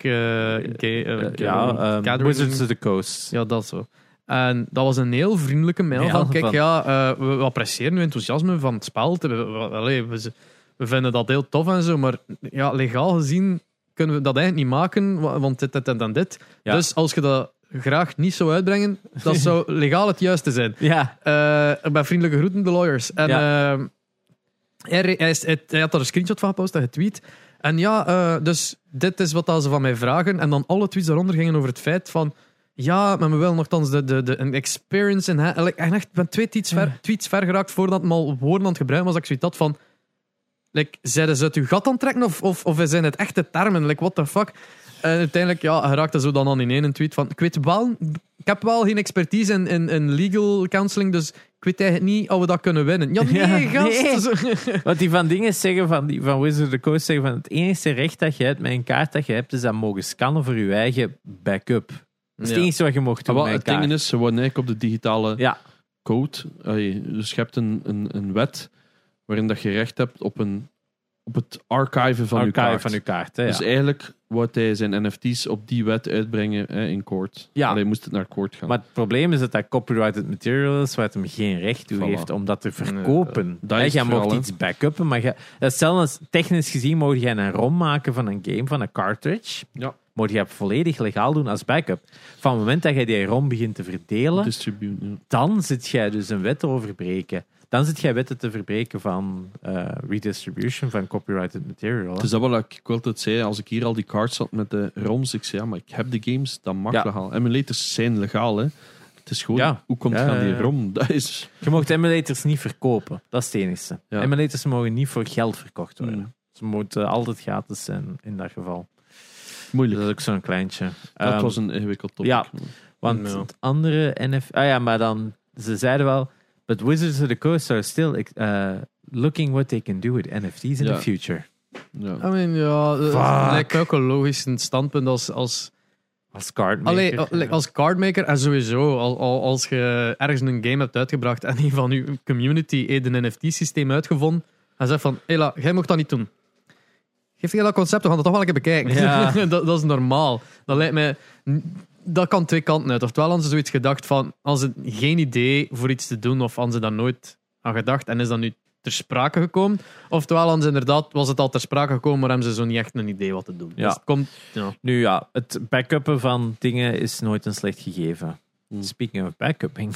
Gathering. Wizards of the Coast. Ja, dat zo. En dat was een heel vriendelijke mail Ja, van... Kijk, van- we appreciëren uw enthousiasme van het spel. We vinden dat heel tof en zo, maar ja, legaal gezien kunnen we dat eigenlijk niet maken, want dit en dit. Ja. Dus als je dat graag niet zou uitbrengen, dat zou legaal het juiste zijn. Ja, Bij vriendelijke groeten, de lawyers. En hij had daar een screenshot van gepost en getweet. En ja, dus dit is wat ze van mij vragen. En dan alle tweets daaronder gingen over het feit van... Ja, maar we willen nogthans een experience in... En echt, ik ben 2 tweets ver geraakt voordat het al woorden aan het gebruiken was. Dat ik zoiets had van... Zeiden ze uit uw gat aan het trekken of zijn het echte termen? What the fuck? En uiteindelijk raakte zo dan aan in één tweet van... Ik heb wel geen expertise in legal counseling, dus ik weet eigenlijk niet of we dat kunnen winnen. Ja, nee, Ja, gast. nee. Wat die van dingen zeggen, van Wizards of the Coast zeggen, van het enige recht dat je hebt met een kaart dat je hebt, is dat mogen scannen voor je eigen backup. Dat is het Ja. enige wat je mocht doen Ah, met wel, een het ding kaart. is, ze worden eigenlijk op de digitale Ja, code. Dus je hebt een wet waarin dat je recht hebt op het archiven van je archive kaart. van je kaart. Hè, ja. Dus eigenlijk wou hij zijn NFT's op die wet uitbrengen in court. Ja. Hij moest het naar court gaan. Maar het probleem is dat dat copyrighted material is, waar het hem geen recht toe Voilà. heeft om dat te verkopen. dat Hè, is jij het mocht vooral, iets backuppen, maar dat is zelfs technisch gezien mocht jij een ROM maken van een game, van een cartridge. Ja. Mocht je volledig legaal doen als backup. Van het moment dat jij die ROM begint te verdelen, Distribute, ja. dan zit jij dus een wet te overbreken. Dan zit jij wetten te verbreken van redistribution van copyrighted material. hè. Dus dat wat ik altijd zei, als ik hier al die cards had met de ROMs, ik zei, ja, maar ik heb de games, dat mag Ja. legaal. Emulators zijn legaal, hè. Het is gewoon, Ja. hoe komt Ja, het aan ja, die ja. ROM? Dat is... Je mocht emulators niet verkopen. Dat is het enige. Ja. Emulators mogen niet voor geld verkocht worden. Mm. Ze moeten altijd gratis zijn in dat geval. Moeilijk. Dat is ook zo'n kleintje. Dat was een ingewikkeld topic. ja. Want Ja. het andere NF... Ah ja, maar dan... Ze zeiden wel... But Wizards of the Coast are still looking what they can do with NFT's in Ja. the future. Ja. I mean, ja, dat Fuck. lijkt me ook een logisch standpunt als Als cardmaker. Allee, als cardmaker en sowieso, als je ergens een game hebt uitgebracht en een van je community heeft een NFT-systeem uitgevonden en zegt van, hela, jij mag dat niet doen. Geef je dat concept, we gaan dat toch wel een keer bekijken. Ja. dat is normaal. Dat lijkt mij... Dat kan 2 kanten uit. Oftewel hadden ze zoiets gedacht van, als ze geen idee voor iets te doen, of hadden ze daar nooit aan gedacht en is dat nu ter sprake gekomen. Oftewel hadden ze inderdaad, was het al ter sprake gekomen, maar hebben ze zo niet echt een idee wat te doen. Ja. Dus het komt... Ja. Nu ja, het backuppen van dingen is nooit een slecht gegeven. Speaking of backupping.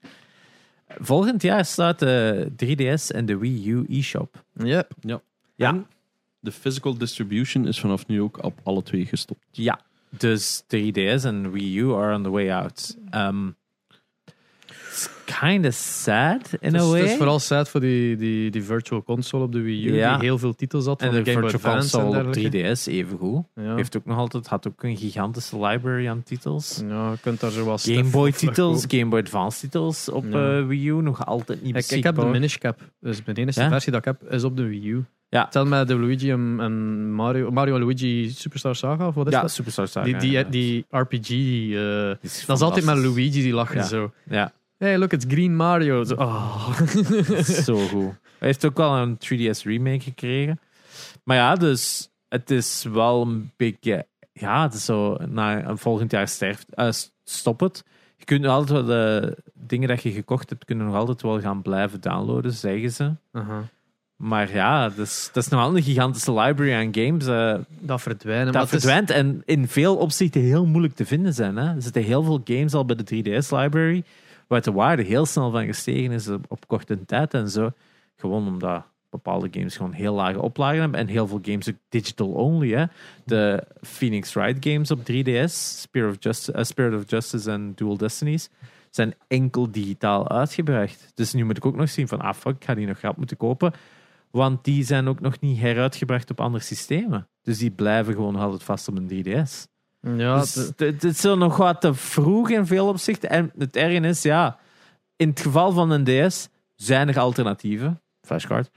Volgend jaar staat de 3DS en de Wii U eShop. Yep. Ja. Ja. En de physical distribution is vanaf nu ook op alle 2 gestopt. Ja, dus 3DS en Wii U are on the way out. It's kind of sad in Het a is, way. het is vooral sad voor die Virtual Console op de Wii U, Ja. die heel veel titels had. En Van de Game Boy Virtual Advance en Console op dergelijke. 3DS evengoed. Ja. Heeft ook nog altijd, had ook een gigantische library aan titels. Ja, je kunt daar zo wat Game Boy stuff op titels, wegkopen. Game Boy Advance titels op Ja. Wii U nog altijd niet Ik heb de beschikbaar. Minish Cap. Dus mijn enige Ja? versie dat ik heb, is op de Wii U. Ja. Hetzelfde met de Luigi en Mario en Luigi Superstar Saga, of wat is Ja, dat? Superstar Saga. Die RPG, Die is dat is altijd met fantastisch. Luigi die lachen Ja. zo. Ja, Hey, look, it's Green Mario. Zo, oh. dat is zo goed. Hij heeft ook wel een 3DS remake gekregen. Maar ja, dus het is wel een beetje... Ja, het is zo... Na een volgend jaar stop het. Je kunt nog altijd wel de dingen dat je gekocht hebt, kunnen nog altijd wel gaan blijven downloaden, zeggen ze. Aha. Maar ja, dat is nog wel een gigantische library aan games. Dat verdwijnen. maar Dat het is- verdwijnt en in veel opzichten heel moeilijk te vinden zijn. Hè? Er zitten heel veel games al bij de 3DS library, waar de waarde heel snel van gestegen is op korte tijd en zo. Gewoon omdat bepaalde games gewoon heel lage oplagen hebben en heel veel games ook digital only. Hè? De Phoenix Wright games op 3DS, Spirit of Justice en Dual Destinies, zijn enkel digitaal uitgebracht. Dus nu moet ik ook nog zien van, fuck, ik ga die nog geld moeten kopen. Want die zijn ook nog niet heruitgebracht op andere systemen. Dus die blijven gewoon nog altijd vast op een 3DS. Ja, Dus het is zo nog wat te vroeg in veel opzichten. En het erge is, ja, in het geval van een DS zijn er alternatieven. Flashcard.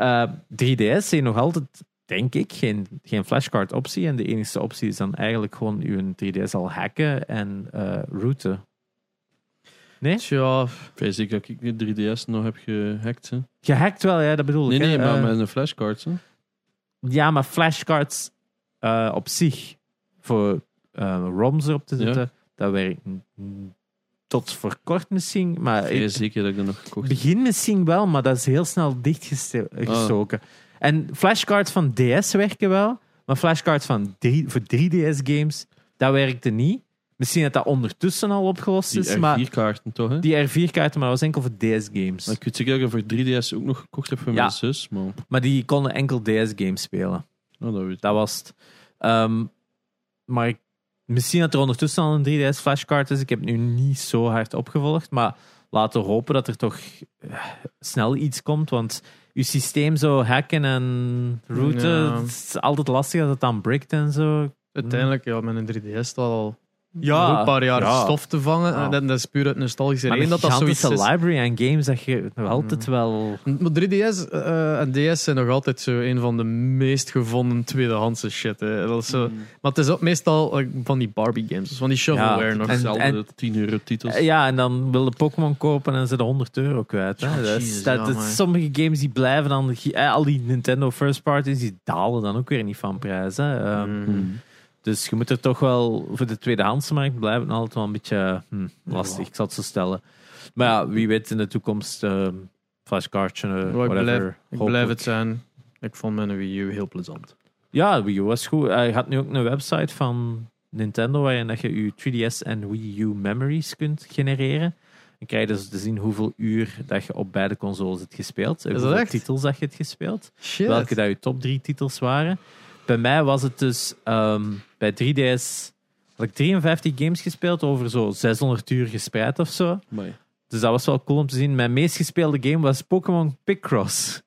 3DS zijn nog altijd, denk ik, geen flashcard optie. En de enige optie is dan eigenlijk gewoon uw 3DS al hacken en routen. Nee? Tja, Weet ik dat ik de 3DS nog heb gehackt. Hè? Gehackt wel, ja, dat bedoel ik. Nee, hè. maar met een flashcard. Hè? Ja, maar flashcards op zich, voor ROMs erop te zetten, dat werkt tot voor kort misschien. Maar Vrij zeker dat ik dat nog gekocht heb. begin misschien wel, maar dat is heel snel dichtgestoken. En flashcards van DS werken wel, maar flashcards voor 3DS-games, dat werkte niet. Misschien dat dat ondertussen al opgelost is, Die maar R4-kaarten toch, hè? die R4-kaarten, maar dat was enkel voor DS-games. Maar ik weet zeker dat ik er voor 3DS ook nog gekocht heb voor Ja. mijn zus. Maar Maar die konden enkel DS-games spelen. dat weet ik. Dat was het. Maar misschien dat er ondertussen al een 3DS flashcard is. Ik heb het nu niet zo hard opgevolgd. Maar laten we hopen dat er toch snel iets komt. Want je systeem zo hacken en routen, Ja. het is altijd lastig als het dan breakt en zo. uiteindelijk, ja, met een 3DS staat al Ja, een paar jaar ja. stof te vangen. Ja. En dat is puur uit nostalgische Maar reden een dat dat zoiets gigantische is. library aan games dat je nog altijd wel... Maar 3DS en DS zijn nog altijd zo een van de meest gevonden tweedehandse shit. Hè. Dat is zo, maar het is ook meestal van die Barbie games, dus van die shovelware Ja, nog. en- Hetzelfde, 10 euro titels. Ja, en dan wil je Pokémon kopen en ze de €100 kwijt. Hè? Ja, Dat is- jezus, dat- ja, dat- maar- sommige games die blijven dan... Al die Nintendo first parties, die dalen dan ook weer niet van prijs. Hè? Dus je moet er toch wel... Voor de tweedehandsmarkt blijven het altijd wel een beetje lastig, ik zal het zo stellen. Maar ja, wie weet in de toekomst... flashcardje, whatever. Ik blijf het zijn. Ik vond mijn Wii U heel plezant. Ja, Wii U was goed. Je had nu ook een website van Nintendo waarin dat je je 3DS en Wii U memories kunt genereren. Dan krijg je dus te zien hoeveel uur dat je op beide consoles hebt gespeeld. En dat hoeveel echt? titels dat je hebt gespeeld. Shit. Welke dat je top 3 titels waren. Bij mij was het dus... bij 3DS had ik 53 games gespeeld over zo 600 uur gespreid of zo. Maar Dus dat was wel cool om te zien. Mijn meest gespeelde game was Pokémon Picross.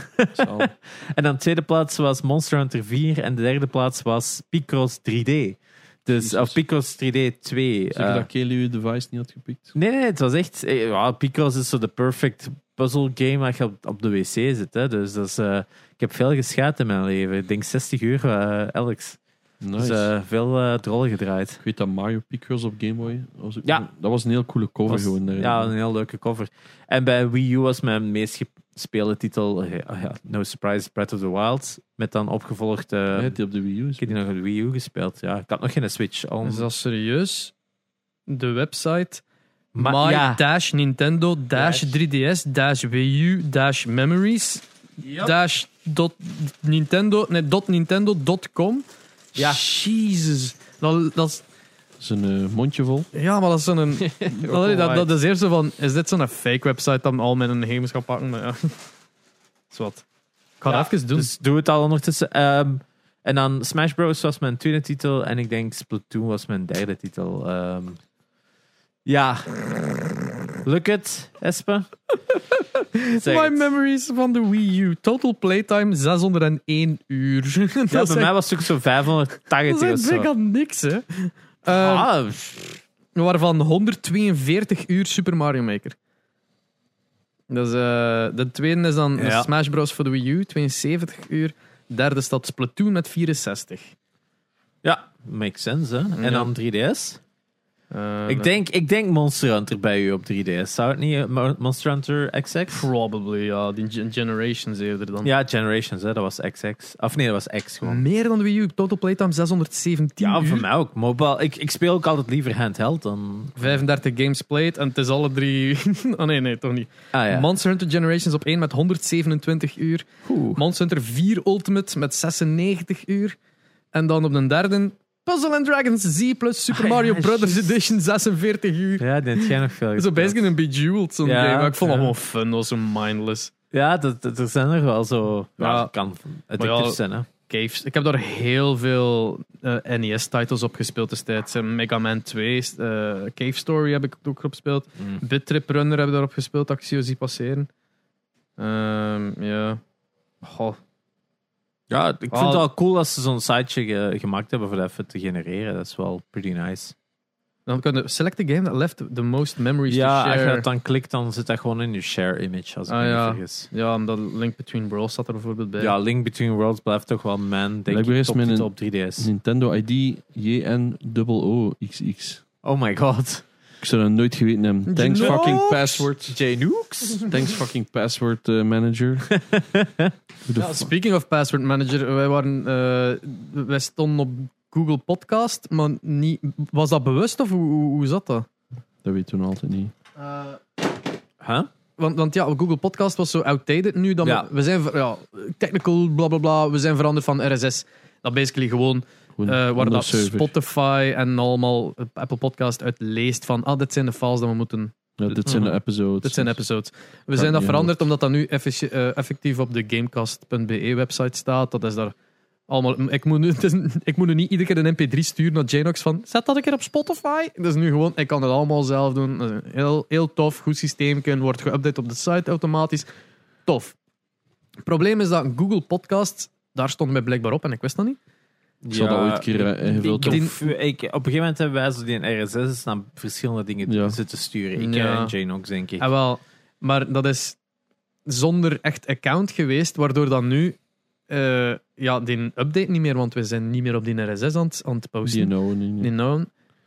En dan de tweede plaats was Monster Hunter 4 en de derde plaats was Picross 3D. Dus, Jezus. of Picross 3D 2. zeker dat Kelly je device niet had gepikt. Nee, het was echt... Ja, Picross is zo de perfect puzzle game waar je op de wc zit. Hè. Dus dat is, ik heb veel geschaad in mijn leven. Ik denk 60 uur, Alex. Nice. Dus veel drollen gedraaid. Ik weet dat Mario Picross op Game Boy... Ja. Dat was een heel coole cover. Was- gewoon, ja, een heel leuke cover. En bij Wii U was mijn meest gespeelde titel, no surprise, Breath of the Wild. Met dan opgevolgd... die op de Wii U is. ik heb die nog op de Wii U gespeeld. Ja, ik had nog geen Switch. Is dat serieus? De website Maar- ja. my-nintendo-3ds -Wii U -memories .nintendo.com. Ja. Jezus. Dat is... Dat is een mondje vol. Ja, maar dat is zo'n... dat is eerst zo van... Is dit zo'n fake website dat al met een gegevens gaat pakken? Maar ja. Is wat. Ik ga Ja, het even doen. Dus doe het al ondertussen. En dan Smash Bros. Was mijn tweede titel. En ik denk Splatoon was mijn derde titel. Ja. Look it, Espe. Zeg My het. memories van de Wii U. Total playtime 601 uur. Ja, dat bij mij was het ook zo 580 dat of is zo. echt niks, hè. Ah, Waarvan 142 uur Super Mario Maker. Dus, de tweede is dan Ja. Smash Bros. Voor de Wii U, 72 uur. Derde staat Splatoon met 64. ja, makes sense, hè. En Ja. dan 3DS? Eh, Ik denk Monster Hunter bij u op 3DS. Zou het niet Monster Hunter XX? Probably, ja. Die Generations eerder dan. Ja, Generations, hè. Dat was XX. Of nee, dat was X gewoon. Meer dan de Wii U. Total playtime 617 Ja, uur. voor mij ook. Mobile. Ik speel ook altijd liever handheld dan... 35 games played. En het is alle drie... oh nee, toch niet. Ah ja. Monster Hunter Generations op 1 met 127 uur. Oeh. Monster Hunter 4 Ultimate met 96 uur. En dan op de derde Puzzle & Dragons Z plus Super Ah, ja, Mario Brothers juist. Edition 46 uur. Ja, dit jij nog veel Zo gespeeld. basically een Bejeweled zo'n Ja, game. Maar ik vond het ja. gewoon fun, dat was zo mindless. Ja, er zijn er wel zo... Ja, Ja. het kan Maar ja, addictief zijn, hè. Caves. Ik heb daar heel veel NES-titles op gespeeld destijds. Mega Man 2, Cave Story heb ik ook gespeeld. Bit Trip Runner heb ik daarop gespeeld, dat ik zie passeren. Ja. Goh. Ja, ik vind het wel cool als ze zo'n siteje gemaakt hebben voor dat even te genereren. Dat is wel pretty nice. Dan kun je select the game that left the most memories to Ja, als je share. het dan klikt, dan zit dat gewoon in je share image, als ik me ja. niet vergis. Ja, omdat Link Between Worlds zat er bijvoorbeeld bij. Ja, Link Between Worlds blijft toch wel denk Blijkbaar ik, is mijn toptitel op 3DS. Nintendo ID JNOOXX. Oh my god. Ik zou dat nooit geweten hebben. Thanks Janox? fucking password. J-Nooks? Thanks fucking password manager. Who the Ja, speaking of Password Manager, wij stonden op Google Podcast, maar niet, was dat bewust of hoe zat dat? Dat weten we nog altijd niet. Huh? Want ja, Google Podcast was zo outdated nu. Dan Ja. we zijn technical bla bla bla. We zijn veranderd van RSS. Dat basically gewoon Gewoon waar andere dat server. Spotify en allemaal Apple Podcast uit leest van dit zijn de files dat we moeten. Ja, dit zijn de episodes. Dit zijn episodes. We Kan zijn dat niet veranderd omdat dat nu effectief op de Gamecast.be website staat. Dat is daar allemaal. Ik moet nu niet iedere keer een MP3 sturen naar Janox van zet dat een keer op Spotify. Dat is nu gewoon, ik kan het allemaal zelf doen. Dat is een heel tof, goed systeem. Wordt geüpdate op de site automatisch. Tof. Het probleem is dat Google Podcast, daar stond mij blijkbaar op en ik wist dat niet. Ik zal dat ooit een keer ingevuld hebben. Op een gegeven moment hebben wij zo die in RSS naar verschillende dingen Ja. zitten sturen. Ik Ja. en J-Nooks, denk ik. Ah, wel, maar dat is zonder echt account geweest, waardoor dan nu die update niet meer, want we zijn niet meer op die RSS aan het posten. Die know niet. Die known.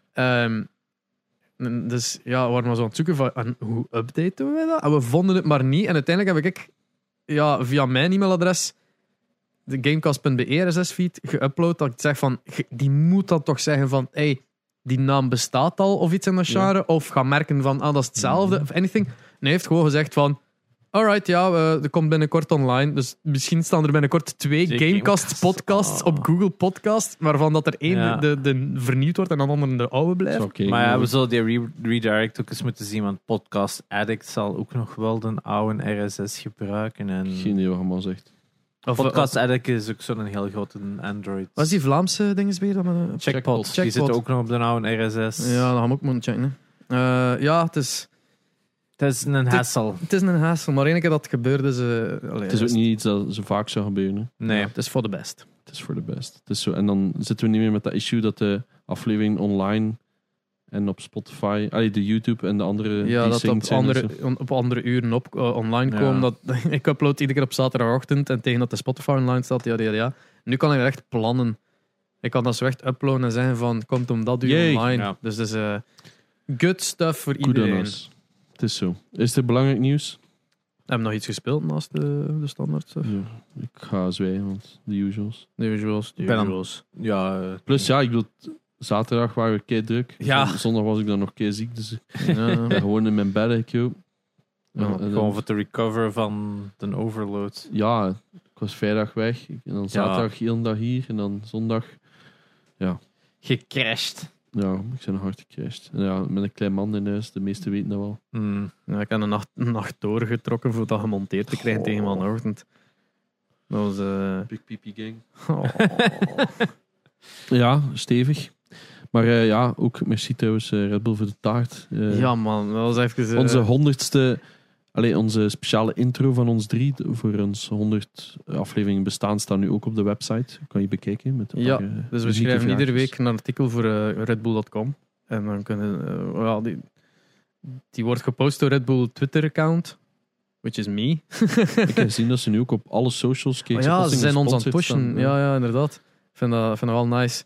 Dus ja, we waren maar zo aan het zoeken van en hoe updaten we dat? En we vonden het maar niet. En uiteindelijk heb ik via mijn e-mailadres de Gamecast.be RSS-feed geüpload. Dat ik zeg van, die moet dan toch zeggen van, hey, die naam bestaat al of iets in dat genre. Of gaan merken van, dat is hetzelfde of anything. En hij heeft gewoon gezegd van, alright, ja, er komt binnenkort online. Dus misschien staan er binnenkort 2 Gamecast-podcasts op Google Podcast, waarvan dat er één Ja. de vernieuwd wordt en dan ander de oude blijft. Oké, Maar ja, we zullen die redirect ook eens moeten zien, want Podcast Addict zal ook nog wel de oude RSS gebruiken. En Geen idee wat je allemaal zegt. Of, Podcast Addict is ook zo'n heel grote Android. was die Vlaamse dinges weer? Checkpot. Die Checkpot. zitten ook nog op de oude RSS. Ja, dat gaan we ook moeten checken. Ja, het is een hassle. een hassel, maar één keer dat het gebeurt is... Het is ook niet iets dat zo vaak zou gebeuren. Hè. Nee. Ja, het is voor de best. Het is voor de best. Het is zo, en dan zitten we niet meer met dat issue dat de aflevering online en op Spotify, de YouTube en de andere Ja, dat desynced op zijn en andere, zo. op andere uren online Ja. komen. Dat, ik upload iedere keer op zaterdagochtend en tegen dat de Spotify online staat, ja. Nu kan ik echt plannen. Ik kan dat zo echt uploaden en zeggen van, komt om dat uur Yay. online. Ja. Dus dat is good stuff voor Goed aan iedereen. ons. Het is zo. Is er belangrijk nieuws? Heb je nog iets gespeeld naast de standaard stuff? Ja, ik ga zwijgen, want de usuals. De usuals. ben dan- Ja, Plus ja, ik bedoel, zaterdag waren we kei druk. Ja. Zondag was ik dan nog kei ziek, dus ik Ja. ben gewoon in mijn bed. Ik, joh. Ja, En dan- gewoon voor te recover van de overload. ja, ik was vrijdag weg. En dan zaterdag heel dag hier. En dan zondag, Gecrashed. ja, ik ben nog hard gecrashed. En ja, met een klein man in huis, de meesten weten dat wel. Ja, ik heb een nacht doorgetrokken voor dat gemonteerd te krijgen tegen maandagochtend. Dat was... Big Pipi Gang. oh. Ja, stevig. Maar ja, ook merci trouwens Red Bull voor de taart. Ja, man. Dat was even... Onze 100ste... onze speciale intro van ons 3 voor ons 100 afleveringen bestaan staat nu ook op de website. Kan je bekijken. Met ja, dus we schrijven iedere week een artikel voor redbull.com. En dan kunnen... die wordt gepost door Red Bull Twitter-account. Which is me. Ik heb gezien dat ze nu ook op alle socials kijken. Ja, ze zijn ons aan het pushen. Ja, inderdaad. Ik vind dat wel nice.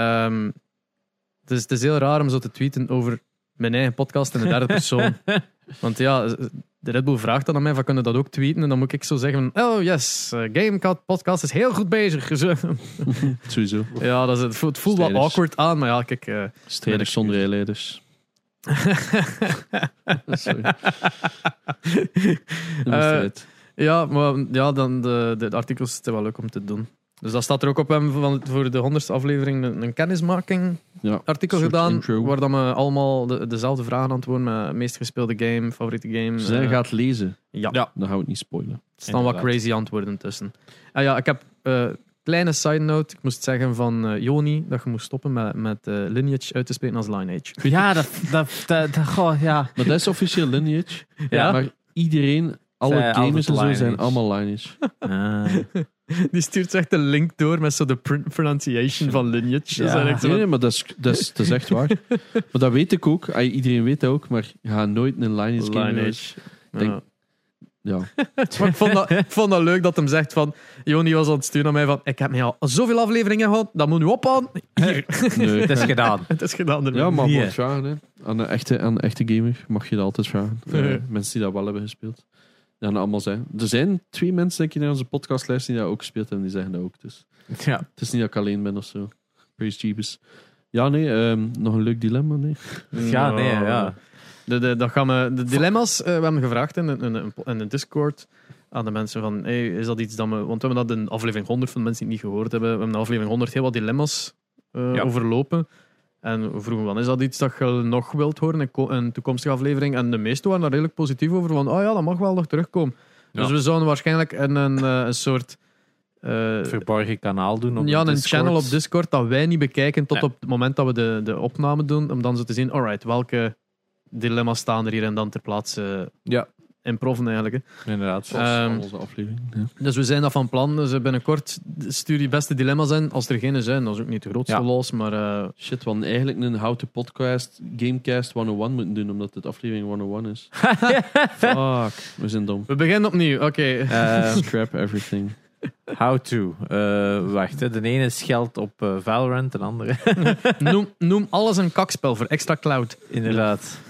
Het is heel raar om zo te tweeten over mijn eigen podcast in de derde persoon. Want ja, de Red Bull vraagt dan aan mij van, kunnen dat ook tweeten? En dan moet ik zo zeggen, oh yes, Gamecat podcast is heel goed bezig. Sowieso. Ja, het voelt wel awkward aan, maar ja, kijk... Strijders zonder rijleiders. Sorry. Ja, maar ja, dan de artikels zijn wel leuk om te doen. Dus dat staat er ook op. We hebben voor de 100ste aflevering een kennismaking artikel gedaan, intro. Waar dan we allemaal dezelfde vragen antwoorden met meest gespeelde game, favoriete game. Zij gaat lezen. Ja. Dan gaan we het niet spoilen. Er staan wat crazy antwoorden tussen. Ja, ik heb kleine side note. Ik moest zeggen van Joni dat je moest stoppen met Lineage uit te spreken als Lineage. Ja, ja. Maar dat is officieel Lineage. Ja. Maar iedereen, alle gamers en zo zijn allemaal Lineage. Die stuurt echt een link door met zo de pronunciation van Lineage. Ja. Nee, maar dat is echt waar. Maar dat weet ik ook. Iedereen weet dat ook. Maar je gaat nooit een Lineage game. Ja. Maar ik vond dat leuk dat hem zegt van... Joni was aan het sturen naar mij van... Ik heb mij al zoveel afleveringen gehad. Dat moet nu ophouden. Hier. Nee. Het is gedaan. Het is gedaan. Ja, maar moet vragen. Hè. Aan een echte gamer mag je dat altijd vragen. Mensen die dat wel hebben gespeeld. Ja, allemaal zijn. Er zijn 2 mensen denk ik naar onze podcast luisteren die dat ook gespeeld hebben. Die zeggen dat ook. Dus. Ja. Het is niet dat ik alleen ben of zo. Praise Jeebus. Ja, nee. Nog een leuk dilemma, nee. Ja, nee, ja. De dilemma's, we hebben gevraagd in de Discord aan de mensen van, hey, is dat iets dat we... Want we hebben dat in aflevering 100 van de mensen die het niet gehoord hebben. We hebben in aflevering 100 heel wat dilemma's overlopen. En we vroegen van, is dat iets dat je nog wilt horen in een toekomstige aflevering? En de meesten waren daar redelijk positief over. Van, oh ja, dat mag wel nog terugkomen. Ja. Dus we zouden waarschijnlijk een soort... verborgen kanaal doen op een Discord. Channel op Discord dat wij niet bekijken tot op het moment dat we de opname doen. Om dan zo te zien, alright, welke dilemma's staan er hier en dan ter plaatse improven eigenlijk. Hè. Inderdaad. Zoals onze aflevering. Ja. Dus we zijn dat van plan. Dus binnenkort stuur je beste dilemma's in. Als er geen zijn, dat is ook niet de grootste los. Maar shit, we hadden eigenlijk een How to Podcast Gamecast 101 moeten doen, omdat het aflevering 101 is. Fuck, we zijn dom. We beginnen opnieuw, oké. Scrap everything. How to. Wacht, de ene scheldt op Valorant, de andere. noem alles een kakspel voor extra cloud. Inderdaad.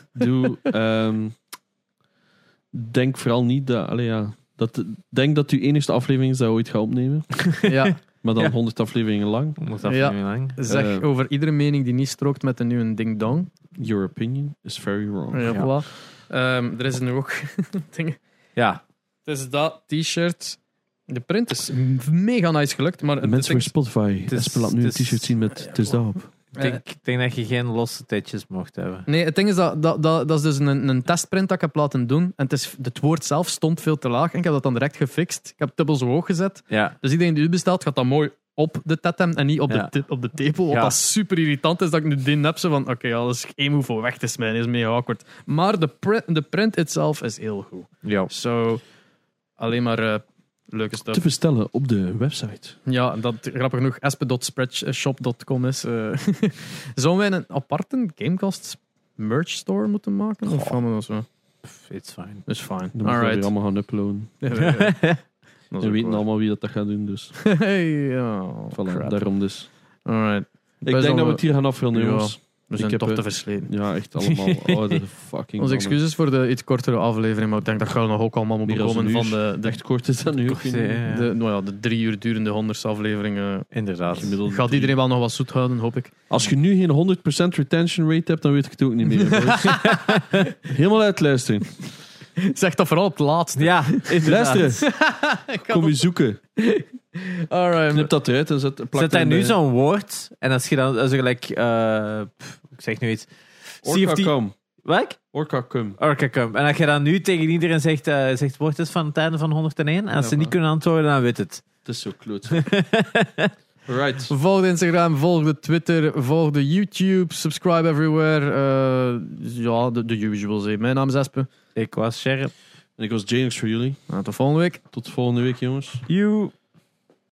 Denk vooral niet dat... Denk dat uw enigste aflevering is dat ooit gaat opnemen. Ja. Maar dan 100 afleveringen lang. 100 afleveringen lang. Zeg over iedere mening die niet strookt met een nieuwe ding-dong. Your opinion is very wrong. Ja, voilà. Er is nu ook dingen. Ja. Het is dat t-shirt. De print is mega nice gelukt. Maar mensen voor Spotify. Espe laat nu een t-shirt zien met het is dat op. Ik denk dat je geen losse tetjes mocht hebben. Nee, het ding is dat is dus een testprint dat ik heb laten doen. En het woord zelf stond veel te laag. En ik heb dat dan direct gefixt. Ik heb het dubbel zo hoog gezet. Ja. Dus iedereen die u bestelt, gaat dat mooi op de tetem en niet op de tepel. Wat dat super irritant is dat ik nu die heb zo van oké, dat is één move voor weg te smijten. Dat is mega awkward. Maar de print itself is heel goed. Ja. So, alleen maar... leuke stuff. Te bestellen op de website. Ja, dat grappig genoeg espe.spreadshop.com is. Zouden wij een aparte Gamecast merch store moeten maken? Of gaan we dat zo? It's fine. It's fine. Dan moeten we weer allemaal gaan uploaden. We weten allemaal wie dat gaat doen, dus. Voilà, daarom dus. Alright. Ik denk dat we het hier gaan afronden, jongens. We zijn toch te versleten. Ja, echt allemaal. Oude fucking. Onze excuses voor de iets kortere aflevering, maar ik denk dat gaan nog ook allemaal moeten komen van de echt kort is dat nu ook. De 3 uur durende 100ste aflevering. Inderdaad. Gaat iedereen wel nog wat zoet houden, hoop ik. Als je nu geen 100% retention rate hebt, dan weet ik het ook niet meer. Helemaal uitluisteren. Zeg dat vooral op het laatste. Ja, luisteren. Kom je zoeken. Alright. Knip dat eruit en zet daar nu zo'n woord en als je dan zo gelijk ik zeg nu iets Orca-cum. Wat? Orca-cum. Orca-cum. En als je dan nu tegen iedereen zegt wordt het van het einde van 101 en als ze niet kunnen antwoorden, dan weet het. Het is zo kloot. Right. Volg de Instagram, volg de Twitter, volg de YouTube, subscribe everywhere. Ja, de usuals. Mijn naam is Espe. Ik was Sherp. En ik was James voor jullie. Tot volgende week. Tot volgende week, jongens. You.